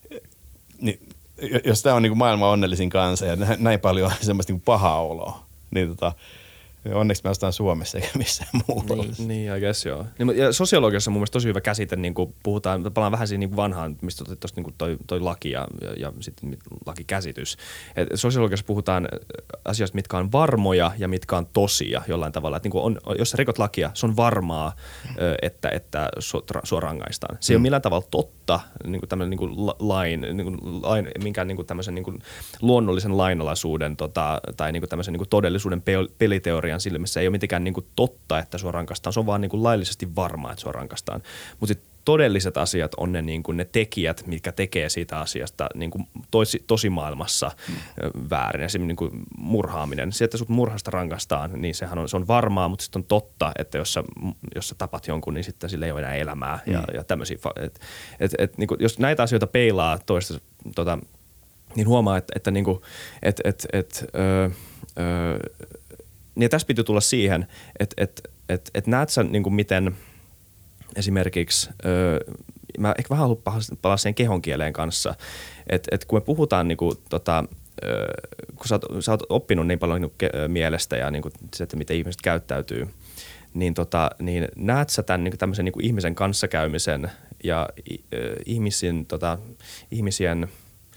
niin, jos tämä on niin kuin maailman onnellisin kansa ja näin paljon on semmoista niin kuin pahaa oloa, niin tota, onneksi me ostaan Suomessa eikä missään muualla. Niin, niin I guess joo. Ja sosiologiassa on mun mielestä tosi hyvä käsite, niin kuin puhutaan, palaan vähän siihen niin vanhaan, mistä otit tuosta niin toi, toi laki ja, ja, ja sitten lakikäsitys. Et sosiologiassa puhutaan asioista, mitkä on varmoja ja mitkä on tosia jollain tavalla. Että niin on, jos sä rikot lakia, se on varmaa, mm. että, että sua rangaistaan. Se ei mm. ole millään tavalla totta, niin kuin tämmöinen niin kuin lain, niin kuin lain, minkään niin kuin tämmöisen niin kuin luonnollisen lainalaisuuden tota, tai niin kuin tämmöisen niin kuin todellisuuden peliteorian silmissä ei ole mitenkään niin kuin totta, että sua rankastaan. Se on vaan niin kuin laillisesti varmaa, että sua rankastaan. Mutta sitten todelliset asiat on ne, niin kuin ne tekijät, mitkä tekee siitä asiasta niin kuin tosi, tosimaailmassa mm. väärin. Esimerkiksi niin kuin murhaaminen. Se, että sut murhasta rankastaan, niin sehän on, se on varmaa, mutta sitten on totta, että jos sä, jos sä tapat jonkun, niin sitten sillä ei ole enää elämää mm. ja, ja tämmöisiä. Et, et, et, niin kuin, jos näitä asioita peilaa toista, tota, niin huomaa, että, että, niin kuin, että, että, että öö, öö, niin tässä piti tulla siihen, että, että, että, että näet sä niin kuin miten esimerkiksi, öö, mä ehkä vähän haluan palaa siihen kehonkieleen kanssa, että, että kun me puhutaan niin kuin, tota, öö, kun sä oot, sä oot oppinut niin paljon niin kuin, ke- mielestä ja niin kuin, se, että miten ihmiset käyttäytyy, niin, tota, niin näet sä tämän niin tämmöisen niin ihmisen kanssakäymisen ja äh, ihmisin, tota, ihmisien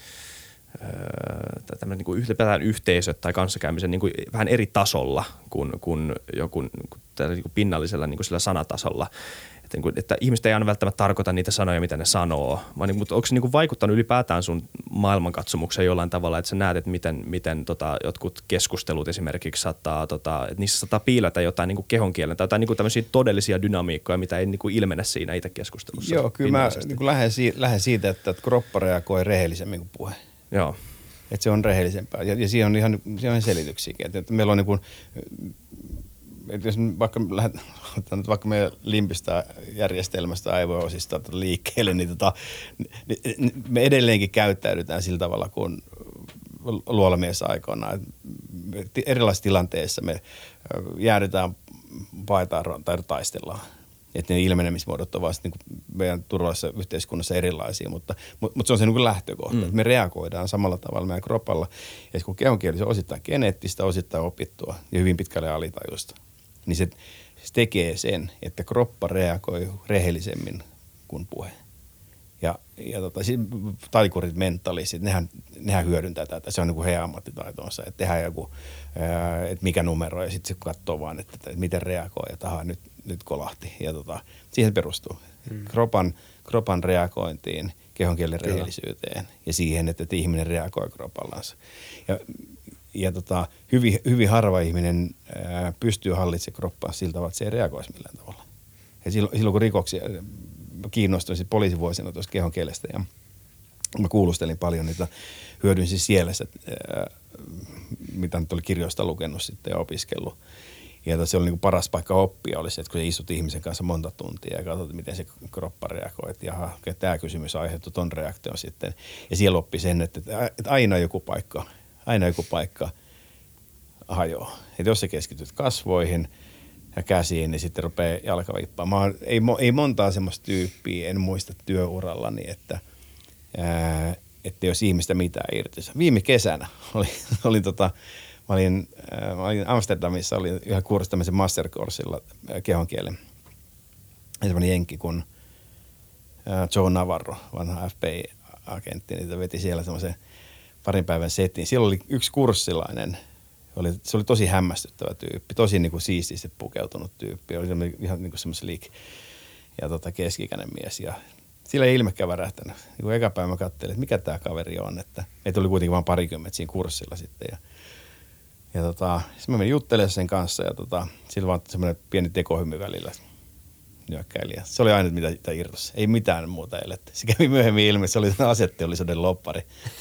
äh, tämmöinen niin ylipäätään yhteisöt tai kanssakäymisen niin kuin vähän eri tasolla kuin, kuin joku niin kuin, niin kuin pinnallisella niin kuin sillä sanatasolla. Että, että ihmiset ei aina välttämättä tarkoita niitä sanoja, mitä ne sanoo, vaan niin, mutta onko se niin kuin vaikuttanut ylipäätään sun maailmankatsomukseen jollain tavalla, että sä näet, että miten, miten tota, jotkut keskustelut esimerkiksi saattaa, tota, että niissä saattaa piilätä jotain niin kuin kehonkielen tai jotain niin kuin tämmöisiä todellisia dynamiikkoja, mitä ei niin kuin ilmene siinä itse keskustelussa. Joo, kyllä mä niin kuin lähden, siitä, lähden siitä, että kroppa reagoi rehellisemmin kuin puhe. Joo. Että se on rehellisempää ja, ja siihen on ihan, siihen on selityksiäkin, että, että meillä on niin kuin, että jos vaikka lähdetään vaikka meidän limpistä järjestelmästä aivo-osista liikkeelle, niin tota, me edelleenkin käyttäydytään sillä tavalla kuin luolamies aikoinaan. Erilaisissa tilanteissa me jäädytään, paetaan tai taistellaan. Että ne ilmenemismuodot ovat niin meidän turvallisessa yhteiskunnassa erilaisia, mutta, mutta, mutta se on se niin kuin lähtökohta. Mm. Me reagoidaan samalla tavalla meidän kropalla. Ja kun kehonkieli on osittain geneettistä, osittain opittua ja hyvin pitkälle alitajuista, niin se, se tekee sen, että kroppa reagoi rehellisemmin kuin puhe. Ja, ja tota, taikurit, mentalistit, nehän, nehän hyödyntää tätä. Se on niin kuin heidän ammattitaitonsa, että tehdään joku, ää, että mikä numero ja sitten se katsoo vaan, että, että miten reagoi ja tahaa nyt, nyt kolahti. Ja tota, siihen perustuu hmm. kropan, kropan reagointiin, kehonkielen rehellisyyteen ja siihen, että, että ihminen reagoi kropallansa. Ja, ja tota, hyvin, hyvin harva ihminen ää, pystyy hallitsemaan kroppaa sillä tavalla, että se ei reagoisi millään tavalla. Ja silloin, silloin kun rikoksia... kiinnostuin sitten poliisivuosina tuosta kehonkielestä ja mä kuulustelin paljon niitä, hyödyin siis siellä, mitä nyt oli kirjoista lukenut sitten ja opiskellut. Ja se oli niin kuin paras paikka oppia oli se, että kun sä istut ihmisen kanssa monta tuntia ja katsot, miten se kroppa reagoi, että jaha, tämä kysymys aiheuttui ton reaktion sitten. Ja siellä oppi sen, että, että aina joku paikka, aina joku paikka hajoaa. Että jos sä keskityt kasvoihin ja käsiin, niin sitten rupeaa jalka vippaamaan. Ei, ei montaa semmoista tyyppiä, en muista työurallani, että, ää, että jos ihmistä mitään irti. Viime kesänä oli, oli tota, mä, olin, ää, mä olin Amsterdamissa, oli yhden kurssi tämmöisen mastercoursilla kehonkielen. Semmoinen jenkki kuin ää, Joe Navarro, vanha F B I-agentti, niin veti siellä semmoisen parin päivän setin. Siellä oli yksi kurssilainen. Oli, se oli tosi hämmästyttävä tyyppi, tosi niin kuin siististi pukeutunut tyyppi. Oli ihan niin kuin semmoisen liik- ja tota keski-ikäinen mies. Ja sillä ei ilmekään värähtänyt. Niin kuin eka päivä mä katselin, että mikä tämä kaveri on. Että meitä oli kuitenkin vain parikymmentä siinä kurssilla sitten. Ja, ja tota, sitten mä menin juttelemaan sen kanssa ja tota, sillä vaan semmoinen pieni tekohymy välillä nyökkäili. Ja se oli aina, mitä, mitä irtosi. Ei mitään muuta elettä. Se kävi myöhemmin ilmi, se oli aseteollisuuden loppari.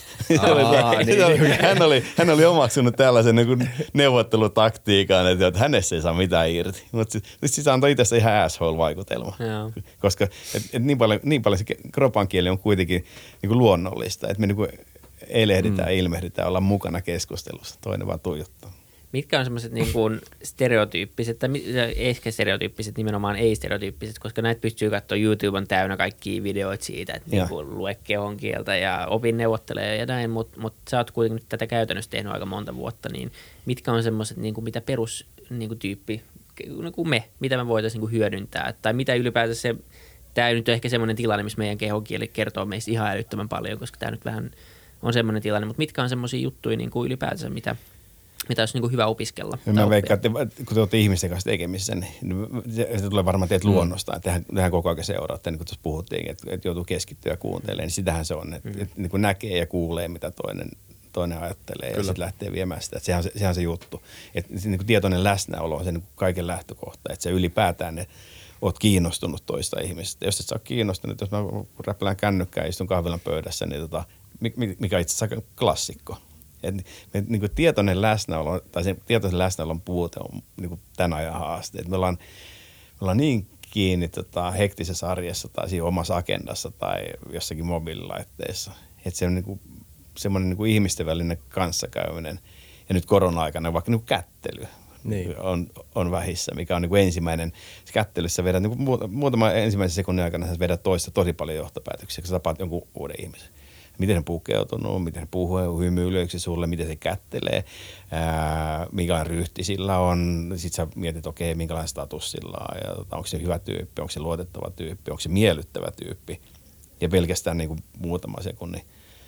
Aa, niin, niin. Hän, oli, hän oli omaksunut tällaisen niin neuvottelutaktiikan, että, että hänessä ei saa mitään irti. Mutta sitten sit se antoi itse ihan asshole-vaikutelma. Joo. Koska et, et niin, paljon, niin paljon se kropan kieli on kuitenkin niin kuin luonnollista, että me niin kuin elehditään, mm. ilmehditään, ollaan mukana keskustelussa. Toinen vaan tuijottaa. Mitkä on semmoiset niin kuin stereotyyppiset, tai ehkä stereotyyppiset, nimenomaan ei-stereotyyppiset, koska näitä pystyy katsoa, YouTube on täynnä kaikkia videoita siitä, että niin kuin lue kehon kieltä ja opin neuvottelee ja näin, mutta mut sä oot kuitenkin nyt tätä käytännössä tehnyt aika monta vuotta, niin mitkä on semmoiset, niin kuin mitä perustyyppi, niin kuin me, mitä me voitaisiin niin kuin hyödyntää, tai mitä ylipäätään se, tämä nyt on ehkä semmoinen tilanne, missä meidän kehonkieli kertoo meistä ihan älyttömän paljon, koska tämä nyt vähän on semmoinen tilanne, mutta mitkä on semmoisia juttuja niin kuin ylipäätään, mitä mitä olisi niin hyvä opiskella. Mä veikkaan, että kun te olette ihmisten kanssa tekemissä, niin se tulee varmaan teet luonnostaan. Tehän, tehän koko ajan seuraatte, niin kuin tuossa puhuttiin, että, että joutuu keskittyä ja kuuntelemaan. Niin sitähän se on, että, mm. että niin kuin näkee ja kuulee, mitä toinen, toinen ajattelee. Kyllä. Ja sitten lähtee viemään sitä. Että sehän, sehän on se juttu. Että niin kuin tietoinen läsnäolo on se niin kuin kaiken lähtökohta. Että se ylipäätään ne oot kiinnostunut toista ihmisestä. Jos et sä ole kiinnostunut, jos mä räppälään kännykkää ja istun kahvilan pöydässä, niin tota, mikä on itse asiassa klassikko. Et, et, niin kuin tietoinen läsnäolo, tai se tietoisen läsnäolon puute on niin kuin tämän ajan haaste. Et me, ollaan, me ollaan niin kiinni tota, hektisessä arjessa tai siinä omassa agendassa tai jossakin mobiililaitteessa. Että se on niin kuin, semmoinen niin kuin ihmisten välinen kanssakäyminen. Ja nyt korona-aikana vaikka niin kuin kättely niin. on, on vähissä, mikä on niin kuin ensimmäinen. Kättelyssä vedät niin kuin muutama ensimmäisen sekunnin aikana sä vedät toista tosi paljon johtopäätöksiä, kun sä tapaat jonkun uuden ihmisen. Miten se pukeutunut, miten se puhuu, hymyilyykö sulle, miten se kättelee, ää, minkälainen ryhti sillä on. Sitten sä mietit, okei, okay, minkälainen status sillä on, ja onko se hyvä tyyppi, onko se luotettava tyyppi, onko se miellyttävä tyyppi. Ja pelkästään niin kuin muutama sekunnin.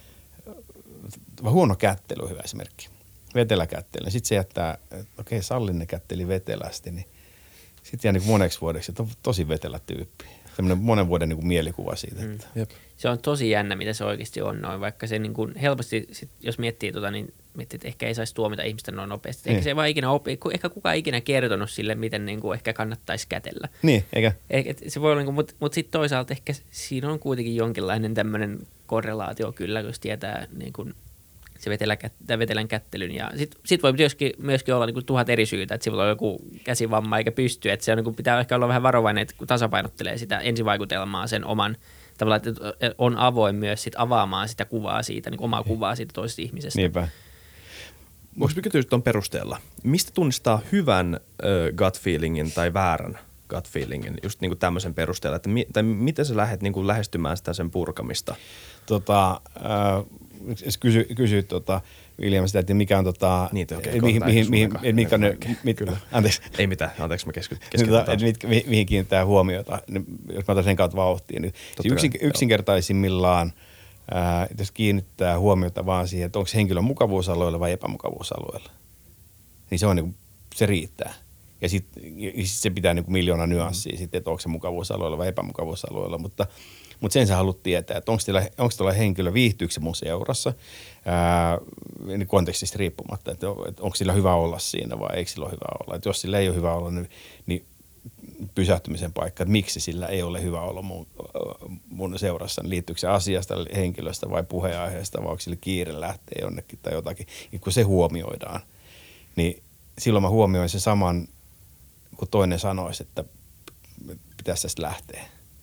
Huono kättely on hyvä esimerkki. Vetelä kättely. Sitten se jättää, että okei, okay, Sallinen kätteli vetelästi, niin sitten jää niin moneksi vuodeksi, että on tosi vetelä tyyppi. Tämmöinen monen vuoden niin kuin mielikuva siitä. Että. Mm. Se on tosi jännä, mitä se oikeasti on noin, vaikka se niin kuin helposti, sit, jos miettii tota, niin miettii, että ehkä ei saisi tuomita ihmistä noin nopeasti. Eikä se vaan ikinä opi, ehkä kukaan ikinä kertonut sille, miten niin kuin ehkä kannattaisi kätellä. Niin, eikä? eikä se voi olla, niin mutta mut sitten toisaalta ehkä siinä on kuitenkin jonkinlainen tämmöinen korrelaatio kyllä, jos tietää niin kuin se vetelä, vetelän kättelyn. Ja sitten sit voi myöskin, myöskin olla niin kuin tuhat eri syytä, että sinulla on joku käsivamma eikä pysty. Että se on, niin kuin, pitää ehkä olla vähän varovainen, että kun tasapainottelee sitä ensivaikutelmaa sen oman, tavallaan, että on avoin myös sit avaamaan sitä kuvaa siitä, niin omaa kuvaa siitä toisesta ihmisestä. Niinpä. Voiko me kysyä tuon perusteella? Mistä tunnistaa hyvän äh, gut feelingin tai väärän gut feelingin, just niin kuin tämmöisen perusteella, että mi- tai miten sä lähdet niin kuin lähestymään sitä sen purkamista? Tota, äh, kysy, kysy tota, William sitä, että mikä on tota, niin, okay, mihin, mihin, mihin, mihin, mit, anteeksi. Ei mitään, anteeksi mä keskityn taas. Että mit, mihin kiinnittää huomiota, jos mä otan sen kautta vauhtiin. Niin yksin, yksinkertaisimmillaan, ää, jos kiinnittää huomiota vaan siihen, että onko henkilö mukavuusalueella vai epämukavuusalueella, niin se on niin, se riittää. Ja sitten sit se pitää niin kuin miljoona nyanssia mm. sitten, että onko se mukavuusalueella vai epämukavuusalueella, mutta Mutta sen sä haluat tietää, että onko tuolla henkilö, viihtyykö se mun seurassa, ää, niin kontekstista riippumatta, että onko sillä hyvä olla siinä vai eikö sillä ole hyvä olla. Että jos sillä ei ole hyvä olla, niin, niin pysähtymisen paikka, että miksi sillä ei ole hyvä olla mun, mun seurassa, niin liittyykö se asiasta, henkilöstä vai puheenaiheesta vai onko sillä kiire lähteä jonnekin tai jotakin. Ja kun se huomioidaan, niin silloin mä huomioin sen saman, kun toinen sanoisi, että pitäisi tästä lähteä.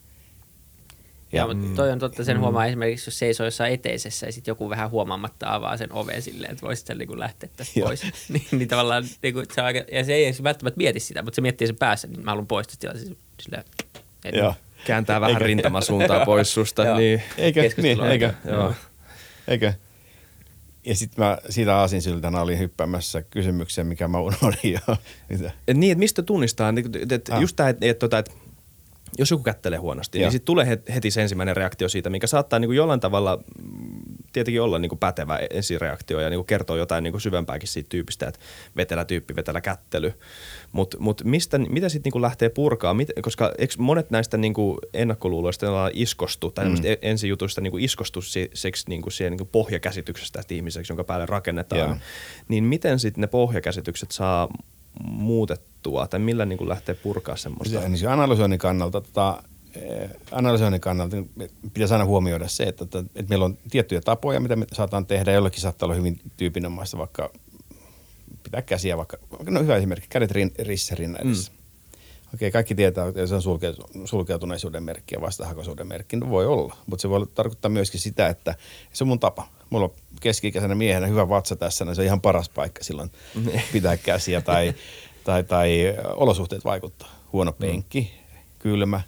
Ja, ja mutta toi on totta, sen mm. huomaa esimerkiksi, jos seisoo jossain eteisessä ja sitten joku vähän huomaamatta avaa sen oven silleen, että voisit sen niin lähteä tästä pois. niin, niin tavallaan, niin kuin, se on aika, ja se ei edes välttämättä mieti sitä, mutta se miettii sen päässä, niin mä haluan pois tästä tilasta. Silleen, Joo. Kääntää vähän rintamasuuntaa pois susta. niin. Eikö? Niin, eikö? Joo. Eikö? Ja sitten mä siitä aasinsyltänä olin hyppäämässä kysymykseen, mikä mä unohdin jo. Et niin, että mistä tunnistaa, että et, ah. just tämä, että et, et, jos joku kättelee huonosti, Joo. niin sitten tulee heti se ensimmäinen reaktio siitä, mikä saattaa niin kuin jollain tavalla tietenkin olla niin kuin pätevä ensireaktio ja niin kuin kertoo jotain niin kuin syvempääkin siitä tyypistä, että vetelä tyyppi, vetelä kättely. Mutta mut mistä, mitä sitten niin kuin lähtee purkaa, Mit, koska eikö monet näistä niin kuin ennakkoluuloista iskostu, tai mm. ensijutuista niin kuin iskostu seksi niin kuin siihen niin kuin pohjakäsityksestä tästä ihmiseksi, jonka päälle rakennetaan, Joo. niin miten sitten ne pohjakäsitykset saa muutettua, tai millä niin kuin lähtee purkaa semmoista? Se, niin analysoinnin kannalta, tota, analysoinnin kannalta pitäisi aina huomioida se, että, että, että meillä on tiettyjä tapoja, mitä me saataan tehdä. Jollekin saattaa olla hyvin tyypinomaista, vaikka pitää käsiä, vaikka, no hyvä esimerkki, kädet rin, rissä rinnan edessä. Mm. Okei, kaikki tietää, että se on sulkeutuneisuuden merkki ja vastahakoisuuden merkki. No voi olla, mutta se voi tarkoittaa myöskin sitä, että se on mun tapa. Mulla on keski-ikäisenä miehenä hyvä vatsa tässä, niin se on ihan paras paikka silloin pitää käsiä tai, tai, tai olosuhteet vaikuttaa. Huono penkki, mm. kylmä,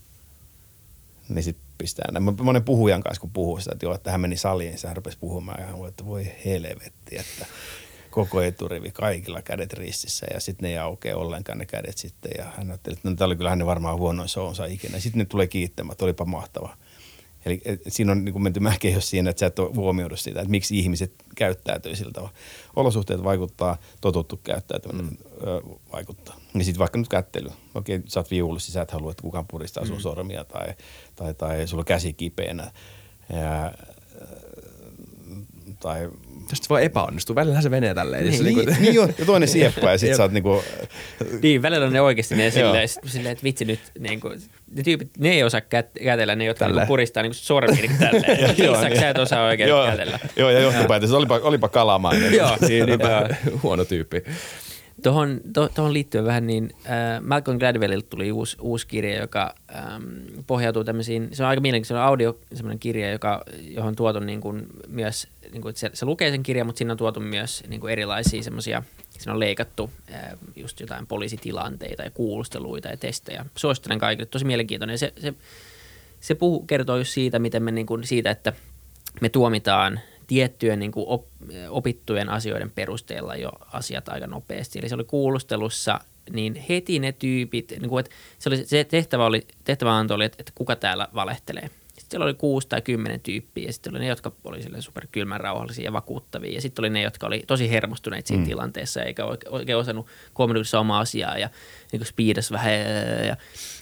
niin sitten pistää näin. Monen puhujan kanssa, kun puhuu sitä, että joo, että hän meni saliin, niin hän rupesi puhumaan ja hän voi, että voi helvetti, että koko eturivi, kaikilla kädet ristissä ja sitten ne ei aukea ollenkaan ne kädet sitten. Ja hän ajatteli, että no, tämä oli kyllä hänen varmaan huonoin showonsa ikinä. Sitten ne tulee kiittämään, että olipa mahtava. Eli et, et siinä on niin kuin menty mäkeä jos siinä, että sä et ole huomioinut sitä, että miksi ihmiset käyttäytyy sillä tavalla. Olosuhteet vaikuttaa, totuttu käyttäytyminen mm. ö, vaikuttaa. Ja sitten vaikka nyt kättely. Okei, sä oot viulussa, sä et halua, että kukaan puristaa sun mm. sormia tai, tai, tai sulla on käsi kipeänä. Ja, tai Tästä voi epäonnistua. Välillä se menee tälleen. Niin, niin, niin, niin joo, ja toinen sieppaa ja sit sä oot niinku... Niin, välillä ne oikeasti ne silleen, silleen, että vitsi nyt, niinku, ne tyypit, ne ei osaa kät- kätellä, ne jotka niinku puristaa niinku sormiin niinku tälleen. Kissaksi sä et osaa oikein joo, kätellä. Joo, ja johtopäätös, olipa, olipa kalamainen. Joo, niinpä. Huono tyyppi. Tuohon, to, tohon liittyen vähän niin, äh, Malcolm Gladwellilta tuli uusi, uusi kirja, joka ähm, pohjautuu tämmöisiin, se on aika mielenkiintoinen audio, semmoinen kirja, joka, johon on tuotu niin kuin myös, niin kuin, että se, se lukee sen kirjan, mutta siinä on tuotu myös niin kuin erilaisia semmoisia, siinä on leikattu äh, just jotain poliisitilanteita ja kuulusteluita ja testejä. Suosittelen kaikille, tosi mielenkiintoinen. Se, se, se puhu, kertoo just siitä, miten me niin kuin, siitä, että me tuomitaan tiettyjen niin kuin op, opittujen asioiden perusteella jo asiat aika nopeasti. Eli se oli kuulustelussa, niin heti ne tyypit, niin kuin, että se, oli, se tehtävä oli, tehtäväanto oli, että, että kuka täällä valehtelee. Sitten siellä oli kuusi tai kymmenen tyyppiä ja sitten oli ne, jotka oli superkylmän rauhallisia ja vakuuttavia. Ja sitten oli ne, jotka oli tosi hermostuneet siinä mm. tilanteessa eikä oikein osannut kommunikoida omaa asiaa ja niin kuin speedas vähän ja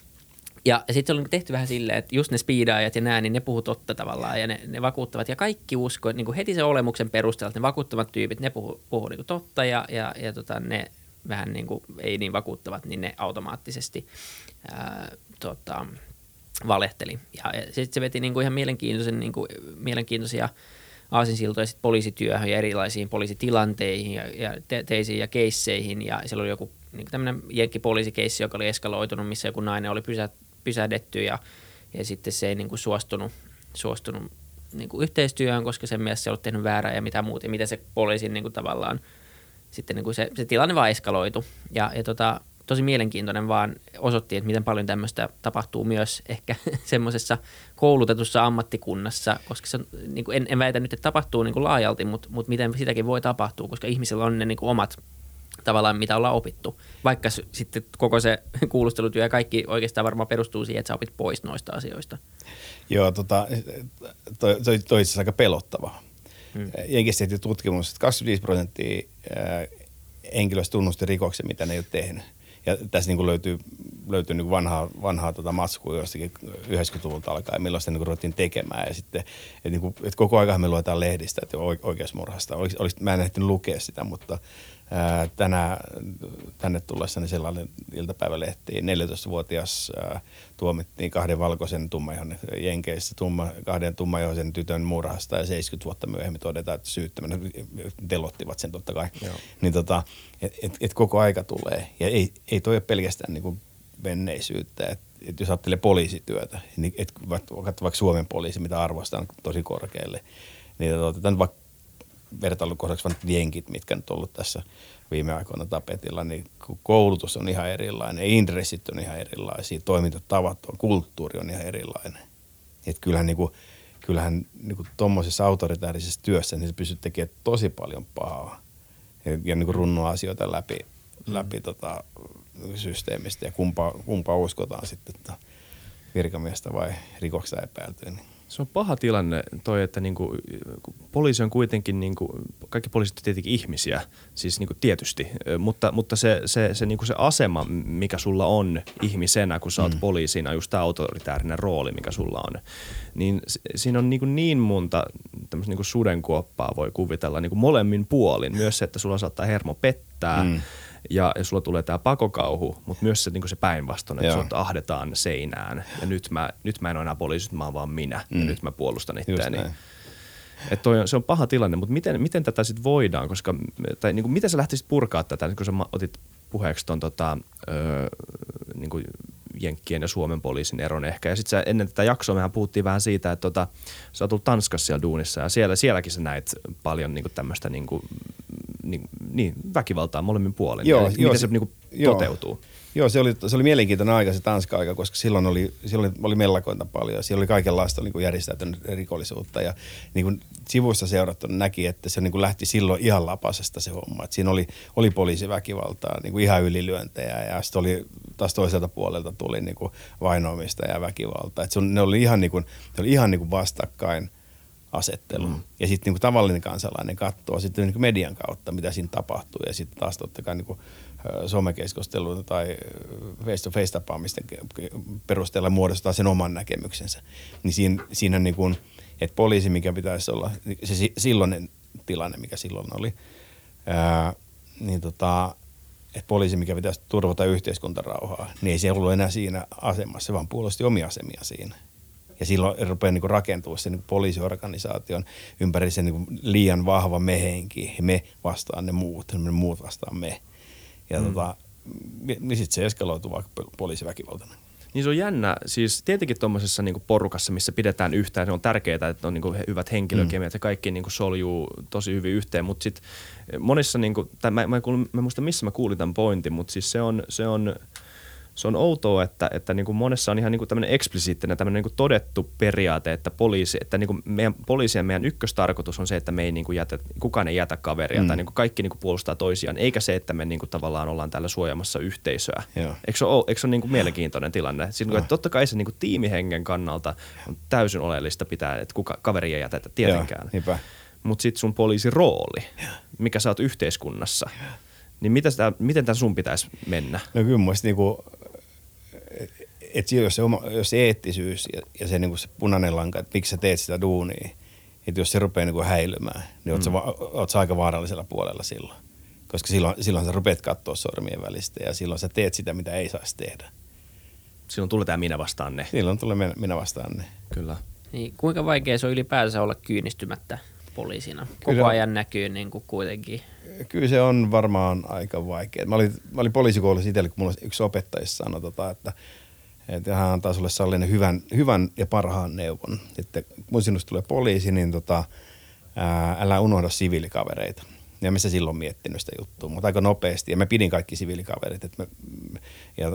Ja sitten se on tehty vähän silleen, että just ne speedaajat ja nää, niin ne puhuu totta tavallaan ja ne, ne vakuuttavat. Ja kaikki uskoo, että niin kuin heti sen olemuksen perusteella, että ne vakuuttavat tyypit, ne puhuu, puhuu niin kuin totta ja, ja, ja tota, ne vähän niin kuin ei niin vakuuttavat, niin ne automaattisesti ää, tota, valehteli. Ja, ja sitten se veti niin kuin ihan mielenkiintoisen, niin kuin, mielenkiintoisia aasinsiltoja sitten poliisityöhön ja erilaisiin poliisitilanteihin ja, ja te- teisiin ja keisseihin. Ja siellä oli joku niin tämmöinen jenkkipoliisikeissi, joka oli eskaloitunut, missä joku nainen oli pysä, pysähdetty ja, ja sitten se ei niin kuin suostunut, suostunut niin kuin yhteistyöhön, koska sen mielestä se oli tehnyt väärää ja mitä muuta. Ja miten se poliisin niin kuin tavallaan sitten niin kuin se, se tilanne vaan eskaloitu. Ja, ja tota, tosi mielenkiintoinen vaan osoitti, että miten paljon tämmöistä tapahtuu myös ehkä semmoisessa koulutetussa ammattikunnassa, koska se, niin kuin en, en väitä nyt, että tapahtuu niin kuin laajalti, mutta, mutta miten sitäkin voi tapahtua, koska ihmisillä on ne niin kuin omat tavallaan, mitä ollaan opittu. Vaikka sitten koko se kuulustelutyö ja kaikki oikeastaan varmaan perustuu siihen, että sä opit pois noista asioista. Joo, tota, toi, toi, toi itse aika pelottavaa. Hmm. Jenkissä tehtiin tutkimus, että kaksikymmentäviisi prosenttia henkilöistä tunnusti rikoksen, mitä ne ei ole tehnyt. Ja tässä niin kuin löytyy, löytyy niin kuin vanhaa, vanhaa tota matskua jostakin yhdeksänkymmentäluvulta alkaen, milloin sitä niin kuin ruvettiin tekemään. Ja sitten, että, niin kuin, että koko ajan me luetaan lehdistä, että oikeusmurhasta. Olis, olis, mä en ehtinyt lukea sitä, mutta ää, tänään tänne tullessani sellainen iltapäivälehtiin neljätoistavuotias ää, tuomittiin kahden valkoisen tummaihoisen Jenkeissä tumma, kahden tummaihoisen tytön murhasta ja seitsemänkymmentä vuotta myöhemmin todetaan, että syyttömänä telottivat sen totta kai. Joo. Niin tota, että et, et koko aika tulee. Ja ei, ei toi ole pelkästään niin kuin menneisyyttä, että et jos ajattelee poliisityötä, niin et, vaikka Suomen poliisi, mitä arvostan tosi korkealle, niin otetaan vaikka vertailukohdaksi vaan jenkit, mitkä nyt on ollut tässä viime aikoina tapetilla, niin koulutus on ihan erilainen, intressit on ihan erilaisia, toimintatavat on, kulttuuri on ihan erilainen. Että kyllähän, niin kuin, kyllähän niin kuin tuommoisessa autoritäärisessä työssä niin se pystyy tekemään tosi paljon pahaa ja, ja niin kuin runnoa asioita läpi, mm. läpi tota, systeemistä ja kumpaa, kumpaa uskotaan sitten, että virkamiestä vai rikoksesta epäiltyä. Niin. Se on paha tilanne toi, että niinku, poliisi on kuitenkin, niinku, kaikki poliisit on tietenkin ihmisiä, siis niinku tietysti, mutta, mutta se, se, se, niinku se asema, mikä sulla on ihmisenä, kun sä oot mm. poliisina, just tämä autoritäärinen rooli, mikä sulla on, niin siinä on niinku niin monta tämmöistä niinku sudenkuoppaa voi kuvitella niinku molemmin puolin. Myös se, että sulla saattaa hermo pettää, mm. Ja, ja sulla tulee tää pakokauhu, mutta myös se, niin se päinvastoin, että sut ahdetaan seinään. Ja nyt mä, nyt mä en ole enää poliisi, mä oon vaan minä. Mm. Ja nyt mä puolustan itseäni. Että toi on, se on paha tilanne, mutta miten, miten tätä sitten voidaan? Koska, tai niin kuin, miten sä lähtisit purkaa tätä, kun sä otit puheeksi ton tota, öö, niin kuin Jenkkien ja Suomen poliisin eron ehkä. Ja sitten ennen tätä jaksoa mehän puhuttiin vähän siitä, että tota, sä oot ollut Tanskassa siellä duunissa ja siellä, sielläkin sä näit paljon niin kuin tämmöistä niin kuin, niin, niin, väkivaltaa molemmin puolin. Joo, joo, miten se, se niin kuin toteutuu? Joo, se oli, se oli mielenkiintoinen aika se Tanska-aika, koska silloin oli, silloin oli mellakointa paljon. Siellä oli kaikenlaista niin kuin järjestäytynyt rikollisuutta ja niin kuin sivuissa seurattuna näki, että se niin kuin lähti silloin ihan lapasesta se homma. Että siinä oli, oli poliisiväkivaltaa, niin kuin ihan ylilyöntejä ja sitten oli taas toiselta puolelta tuli niin kuin vainoamista ja väkivaltaa. Että se, ne oli ihan, niin kuin, ne oli ihan niin kuin vastakkain asettelu. Mm. Ja sitten niin tavallinen kansalainen katsoo sitten niin median kautta, mitä siinä tapahtuu. Ja sitten taas totta kai niin somekeskustelun tai face-to-face-tapaamisten perusteella muodostaa sen oman näkemyksensä. Niin siinä, siinä niin kuin, että poliisi, mikä pitäisi olla, se silloinen tilanne, mikä silloin oli. Ää, niin tota, että poliisi, mikä pitäisi turvata yhteiskuntarauhaa, niin ei se ollut enää siinä asemassa, vaan puolusti omia asemia siinä. Ja silloin rupeaa niin rakentua se niin poliisiorganisaation ympäri se niin liian vahva mehenki. Me vastaan ne muut, ne muut vastaan me. Ja mm. tota, niin sitten se eskaloituu vaikka poliisiväkivaltana. Niin se on jännä. Siis tietenkin tuommoisessa niinku porukassa, missä pidetään yhtään, se on tärkeää, että on niinku hyvät henkilökemiat mm. ja kaikki niinku soljuu tosi hyvin yhteen. Mutta sitten monissa, niinku, tai mä, mä, kuulin, mä muista missä mä kuulin tämän pointin, mutta siis se on, se on, se on outoa, että, että niinku monessa on ihan niinku tämmöinen eksplisiittinen, tämmöinen niinku todettu periaate, että poliisi, että niinku meidän poliisien meidän ykköstarkoitus on se, että me ei niinku jätä, kukaan ei jätä kaveria mm. tai niinku kaikki niinku puolustaa toisiaan, eikä se, että me niinku tavallaan ollaan täällä suojaamassa yhteisöä. Joo. Eikö se ole, eikö se ole niinku mielenkiintoinen tilanne? Siis, no. Totta kai se niinku tiimihengen kannalta on täysin oleellista pitää, että kuka kaveri ei jätetä tietenkään. Mutta sitten sun poliisin rooli, mikä sä oot yhteiskunnassa, Joo. niin mitä sitä, miten tämä sun pitäisi mennä? No kyllä mun niinku että jos se, oma, jos se eettisyys ja, ja se, niin se punainen lanka, että miksi sä teet sitä duunia, että jos se rupeaa niin häilymään, niin oot, mm. sä, oot sä aika vaarallisella puolella silloin. Koska silloin, silloin sä rupeat katsoa sormien välistä ja silloin sä teet sitä, mitä ei saisi tehdä. Silloin tulee tämä minä vastaan ne. Silloin tulee minä vastaan ne. Kyllä. Niin, kuinka vaikea se on ylipäänsä olla kyynistymättä poliisina? Koko kyllä, ajan näkyy niin kuin kuitenkin. Kyllä se on varmaan aika vaikea. Mä olin, mä olin poliisikoulussa itsellä, kun mulla yksi opettajissa sanoi, tota, että, että hän antaa sulle sellainen hyvän, hyvän ja parhaan neuvon. Että kun sinusta tulee poliisi, niin tota, ää, älä unohda siviilikavereita. Ja mä se silloin miettinyt sitä juttua, mutta aika nopeasti. Ja mä pidin kaikki siviilikaverit. Että mä, ja,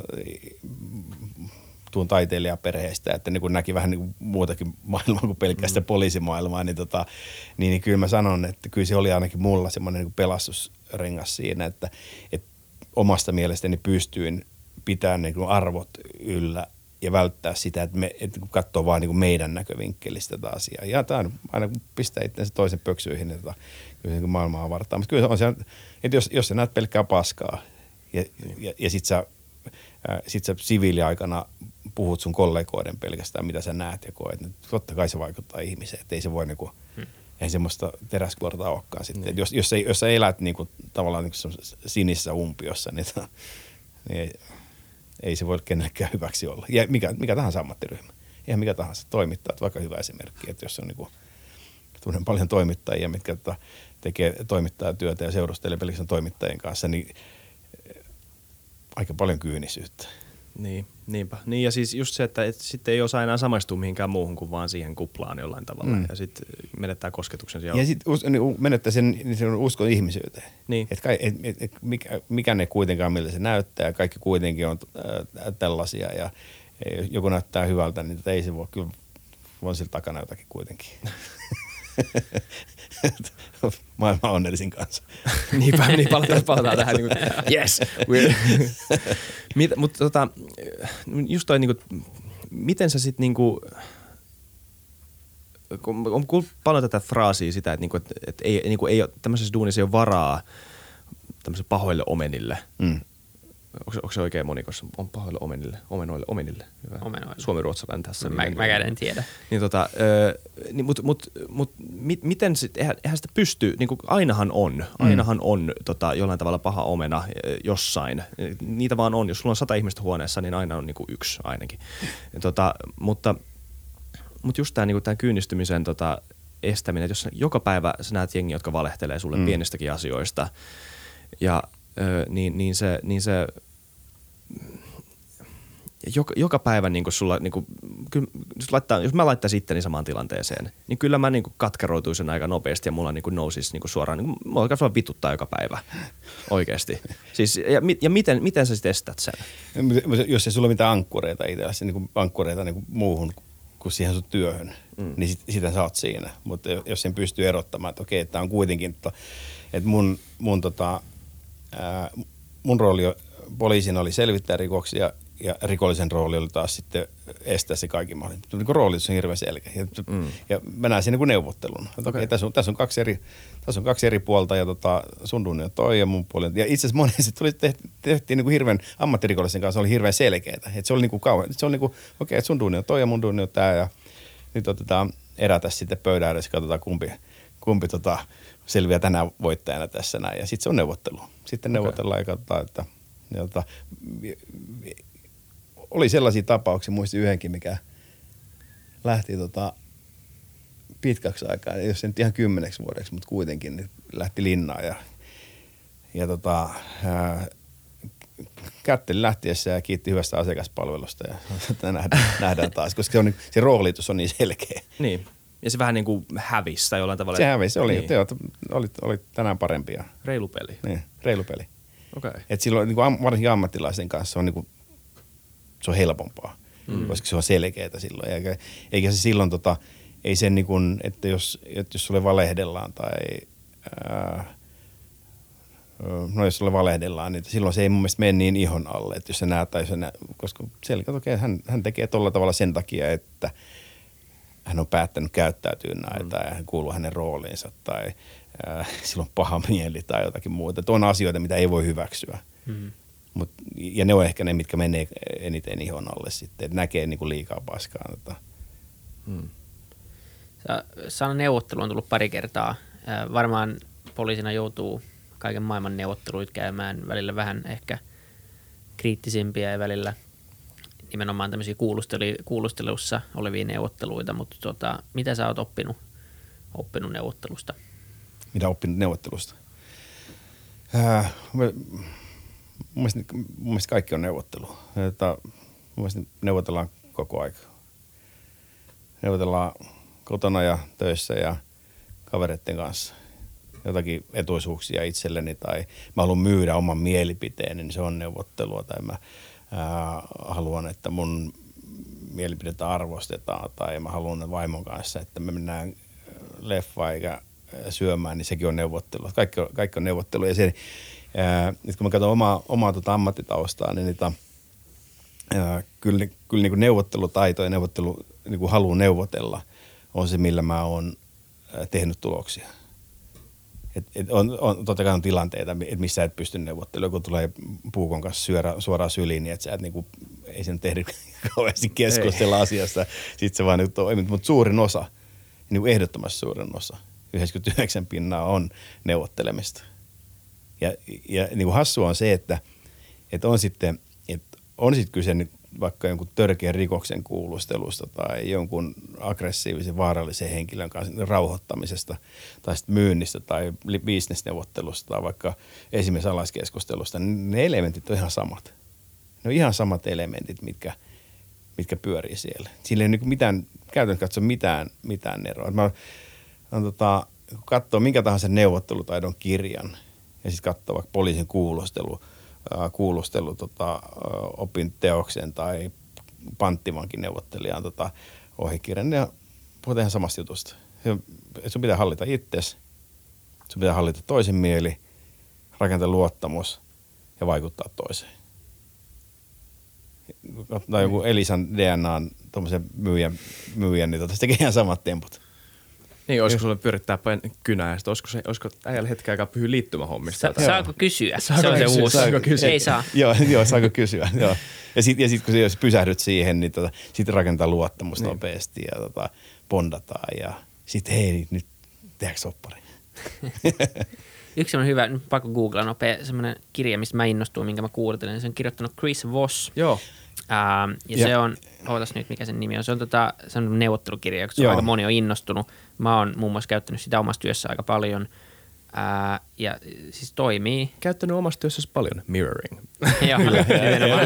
tuun taiteilijaperheestä, että niin kun näki vähän niin kuin muutakin maailmaa kuin pelkästään mm. poliisimaailmaa, niin, tota, niin, niin kyllä mä sanon, että kyllä se oli ainakin mulla semmoinen niin pelastusrengas siinä, että, että omasta mielestäni pystyin pitämään niin kuin arvot yllä ja välttää sitä, että, me, että katsoo vaan niin kuin meidän näkövinkkelistä tätä asiaa. Ja tämä on aina kun pistää itsensä toisen pöksyihin, niin tota, kyllä se niin maailmaa avartaa. Mutta kyllä on se, että jos, jos sä näet pelkkää paskaa ja, ja, ja sit sä sitten sä siviiliaikana puhut sun kollegoiden pelkästään, mitä sä näet ja koet. Totta kai se vaikuttaa ihmiseen, että ei se voi niinku, hmm. ei semmoista teräskuorta olekaan sitten. Hmm. Jos, jos, ei, jos sä elät niinku, tavallaan niinku sinisessä umpiossa, niin, ta, niin ei, ei se voi kenellekään hyväksi olla. Ja mikä, mikä tahansa ammattiryhmä. Ihan mikä tahansa toimittajat, vaikka hyvä esimerkki, että jos on niinku, tunnen paljon toimittajia, mitkä tota, tekee toimittajatyötä ja seurustelee pelkästään toimittajien kanssa, niin aika paljon kyynisyyttä. Niin, niinpä. Niin ja siis just se, että et sitten ei osaa enää samaistua mihinkään muuhun kuin vaan siihen kuplaan jollain tavalla. Mm. Ja sitten menettää kosketuksen siellä. Ja sitten niin menettää sen, sen uskon ihmisyyteen. Niin. Että et, et, et, mikä, mikä ne kuitenkaan, miltä se näyttää. Ja kaikki kuitenkin on äh, tällaisia. Ja joku näyttää hyvältä, niin ei se voi. Kyllä on sillä takana jotakin kuitenkin. Maailman onnellisin kanssa. Niinpä, niin palataan, palataan tähän niin kuin, yes. Mutta tota, just toi, niin kuin, miten sä sit niin kuin, on kuullut paljon tätä fraasia sitä, että, niin kuin, että, että ei, niin kuin, ei ole, tämmöisessä duunissa ei ole varaa tämmöiselle pahoille omenille. Mm. Onko, onko se oikein monikossa? On pahoille omenille, omenoille, omenille. Omenoille. Suomi-ruotsalainen tässä. Mä, niin, mäkään en tiedä. Niin tota, niin, mutta mut, mut, mit, miten sit, eihän, eihän sitä pysty, niin kuin ainahan on, ainahan mm. on tota, jollain tavalla paha omena jossain. Niitä vaan on. Jos sulla on sata ihmistä huoneessa, niin aina on niin kuin yksi ainakin. Tota, mutta, mutta just tämä niin kyynistymisen tota, estäminen, että jos joka päivä sä näet jengiä, jotka valehtelee sulle mm. pienistäkin asioista, ja Öö, niin, niin se, niin se joka, joka päivä niin kuin sulla, niin kuin, kyllä, jos, laittaa, jos mä laittaisin itteni samaan tilanteeseen, niin kyllä mä niin kuin katkeroituisin aika nopeasti ja mulla niin kuin nousisi niin kuin suoraan, niin kuin, mulla alkaa vituttaa joka päivä oikeasti. Siis, ja ja miten, miten sä sitten estät sen? Jos ei sulla ole mitään ankkureita itsellesi, niin kuin ankkureita niin kuin muuhun kuin siihen sun työhön, mm. niin sit, sitä sä oot siinä. Mutta jos sen pystyy erottamaan, että okei, tämä on kuitenkin, että mun, mun tota, Ää, mun rooli poliisina oli selvittää rikoksia ja rikollisen rooli oli taas sitten estää se kaikki mahdollinen. Niin rooli on hirveän selkeä. Ja, mm. ja mä näen sen niin kuin neuvottelun. Okay. Okay, tässä, on, tässä, on kaksi eri, tässä on kaksi eri puolta ja tota, sun duuni on toi ja mun puoli. Ja itse asiassa monesti tuli tehtiin, tehtiin niin kuin hirveän ammattirikollisen kanssa oli hirveän selkeää. Että se oli niin kuin kauhean. Se oli niin kuin, okei, okay, sun duuni on toi ja mun duuni on tää ja nyt otetaan erätä sitten pöydän edessä, katsotaan kumpi, kumpi tota, selviää tänään voittajana tässä näin. Ja sitten se on neuvottelu. Sitten neuvotellaan okay. ja katsotaan, että jota, oli sellaisia tapauksia, muistin yhdenkin, mikä lähti tota, pitkäksi aikaa, jos se nyt ihan kymmeneksi vuodeksi, mutta kuitenkin niin lähti linnaan ja, ja tota, ää, kätteli lähtiessä ja kiitti hyvästä asiakaspalvelusta ja nähdään, nähdään taas, koska se, on, se roolitus on niin selkeä. Niin. Ja se vähän niin kuin hävisi tai jollain tavalla. Se hävisi, oli, niin. Teot, olit, olit tänään parempia. Reilu peli. Niin, reilu peli. Okei. Okay. Et silloin niin kuin varsinkin ammattilaisten kanssa se on, niin kuin, se on helpompaa, mm. koska se on selkeää silloin. Eikä, eikä se silloin, tota, ei sen niin kuin, että jos, että jos sulle valehdellaan tai, ää, no jos sulle valehdellaan, niin silloin se ei mun mielestä mene niin ihon alle, että jos se näet tai se näet, koska selkeä, okay, hän, hän tekee tolla tavalla sen takia, että hän on päättänyt käyttäytyä näin, mm. tai hän kuuluu hänen rooliinsa, tai äh, sillä on paha mieli tai jotakin muuta. Että on asioita, mitä ei voi hyväksyä. Mm. Mut, ja ne on ehkä ne, mitkä menee eniten ihon alle sitten. Että näkee niinku liikaa paskaa. Että. Mm. Sana neuvottelu on tullut pari kertaa. Äh, varmaan poliisina joutuu kaiken maailman neuvotteluita käymään. Välillä vähän ehkä kriittisimpiä ja välillä nimenomaan tämmöisiä kuulustelussa olevia neuvotteluita, mutta tota, mitä sä oot oppinut, oppinut neuvottelusta? Mitä oppinut neuvottelusta? Äh, mun, mielestä, mun mielestä kaikki on neuvottelu. Että, mun mielestä neuvotellaan koko aika. Neuvotellaan kotona ja töissä ja kavereiden kanssa. Jotakin etuisuuksia itselleni tai mä haluan myydä oman mielipiteeni, niin se on neuvottelua tai mä Ää, haluan, että mun mielipidettä arvostetaan tai mä haluan vaimon kanssa, että me mennään leffaan eikä syömään, niin sekin on neuvottelu. Kaikki on, kaikki on neuvottelu. Ja se, ää, nyt kun mä katson omaa, omaa tota ammattitaustaa, niin niitä, ää, kyllä, kyllä niin kuin neuvottelutaito ja neuvottelu, niin kuin halu neuvotella on se, millä mä oon tehnyt tuloksia. Et, et on, on, totta kai on tilanteita, et missä et pysty neuvottelemaan, kun tulee puukon kanssa syöra, suoraan syliin, niin että sä et niinku, ei sen tehdy kauheasti keskustella ei. asiasta. Sitten se vaan niinku toimii, mutta suurin osa, niinku ehdottomasti suurin osa, yhdeksänkymmentäyhdeksän pinnaa on neuvottelemista. Ja, ja niinku hassua on se, että, että on sitten, että on sitten kyse nyt vaikka jonkun törkeän rikoksen kuulustelusta tai jonkun aggressiivisen vaarallisen henkilön kanssa rauhoittamisesta tai sitten myynnistä tai bisnesneuvottelusta tai vaikka esimerkiksi alaiskeskustelusta, niin ne elementit on ihan samat. Ne on ihan samat elementit, mitkä, mitkä pyörii siellä. Sillä ei ole mitään, käytännössä katsoa mitään, mitään eroa. Mä on, tota, kun katsoo minkä tahansa neuvottelutaidon kirjan ja sitten katsoo vaikka poliisin kuulustelu, kuulustelu tota, opinteoksen tai panttivankin neuvottelijan tota, ohjekirjan. Ne puhutaan ihan samasta jutusta. Sun pitää hallita itsesi, sun pitää hallita toisen mieli, rakentaa luottamus ja vaikuttaa toiseen. Tai joku Elisan D N A:n tuommoisen myyjän, myyjän niin tota, se tekee ihan samat temput. Niin, olisiko sulle pyörittää päin kynää ja sitten olisiko, se, olisiko äijällä hetken aikaa pyhy liittymähommista? Sa- saako kysyä? Saako se on kysyä? se uusi. Saako kysyä? Ei saa. joo, joo, saako kysyä. joo. Ja sitten sit, kun jos pysähdyt siihen, niin tota, sitten rakentaa luottamus niin. nopeasti ja tota, bondataan ja sitten hei, nyt tehdäänkö soppari? Yksi on hyvä, nyt pakko googlaa nopea, semmoinen kirja, mistä mä innostuin, minkä mä kuuntelen. Se on kirjoittanut Chris Voss. Joo. Ähm, ja, ja se on, ootas nyt mikä sen nimi on, se on, tota, se on neuvottelukirja, josta aika moni on innostunut. Mä oon muun muassa käyttänyt sitä omassa työssä aika paljon. Ää, ja siis toimii. Käyttänyt omassa työssäsi paljon mirroring. Joo, nimenomaan.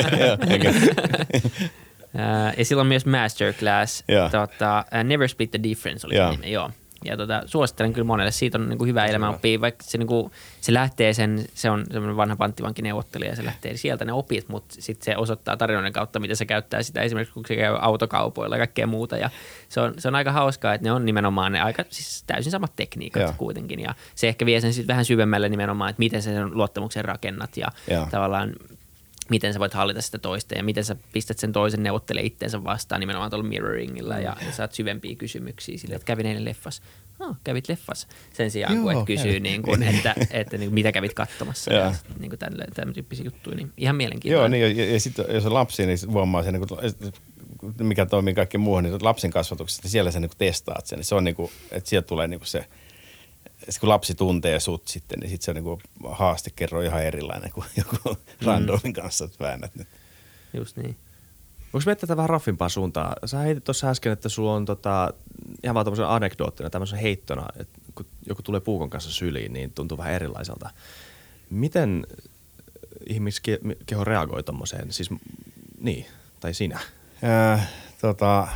Ja sillä on myös masterclass, tota, Never Split the Difference oli se nimi, joo. Ja tota, suosittelen kyllä monelle, siitä on niin kuin hyvä elämä oppia, vaikka se, niin kuin, se lähtee sen, se on semmoinen vanha panttivankineuvottelija ja se lähtee sieltä ne opit, mutta sitten se osoittaa tarinoiden kautta, miten se käyttää sitä esimerkiksi, kun se käy autokaupoilla ja kaikkea muuta ja se on, se on aika hauskaa, että ne on nimenomaan ne aika siis täysin samat tekniikat Joo. kuitenkin ja se ehkä vie sen sitten vähän syvemmälle nimenomaan, että miten sen luottamuksen rakennat ja Joo. tavallaan miten sä voit hallita sitä toista ja miten sä pistät sen toisen neuvottelemaan itteensä vastaan nimenomaan tuolla mirroringilla mm. ja, ja saat syvempiä kysymyksiä sille, että kävin eilen leffassa. Oh, kävit leffassa sen sijaan, Joo, kun et kysyy, niin kuin, että, että niin kuin, mitä kävit katsomassa ja niin kuin tämän, tämän tyyppisiä juttuja, niin ihan mielenkiintoinen. Joo, niin, ja, ja sitten jos on lapsi, niin huomaa sen, niin kuin, mikä toimii kaikki muuhun, niin lapsen kasvatuksessa, niin siellä sä niin kuin testaat sen. Niin se on niin kuin, että sieltä tulee niin kuin se, kun lapsi tuntee sut sitten, niin sitten se on niinku haastekerro ihan erilainen kuin joku mm. randomin kanssa, että väännät nyt. Just niin. Voinko miettiä tätä vähän raffimpaa suuntaan? Sä heitit tuossa äsken, että sulla on tota, ihan vaan tämmöisen anekdoottina, tämmöisen heittona, että kun joku tulee puukon kanssa syliin, niin tuntuu vähän erilaiselta. Miten ihmiskeho reagoi tommoseen? Siis, niin, tai sinä? Äh, tota,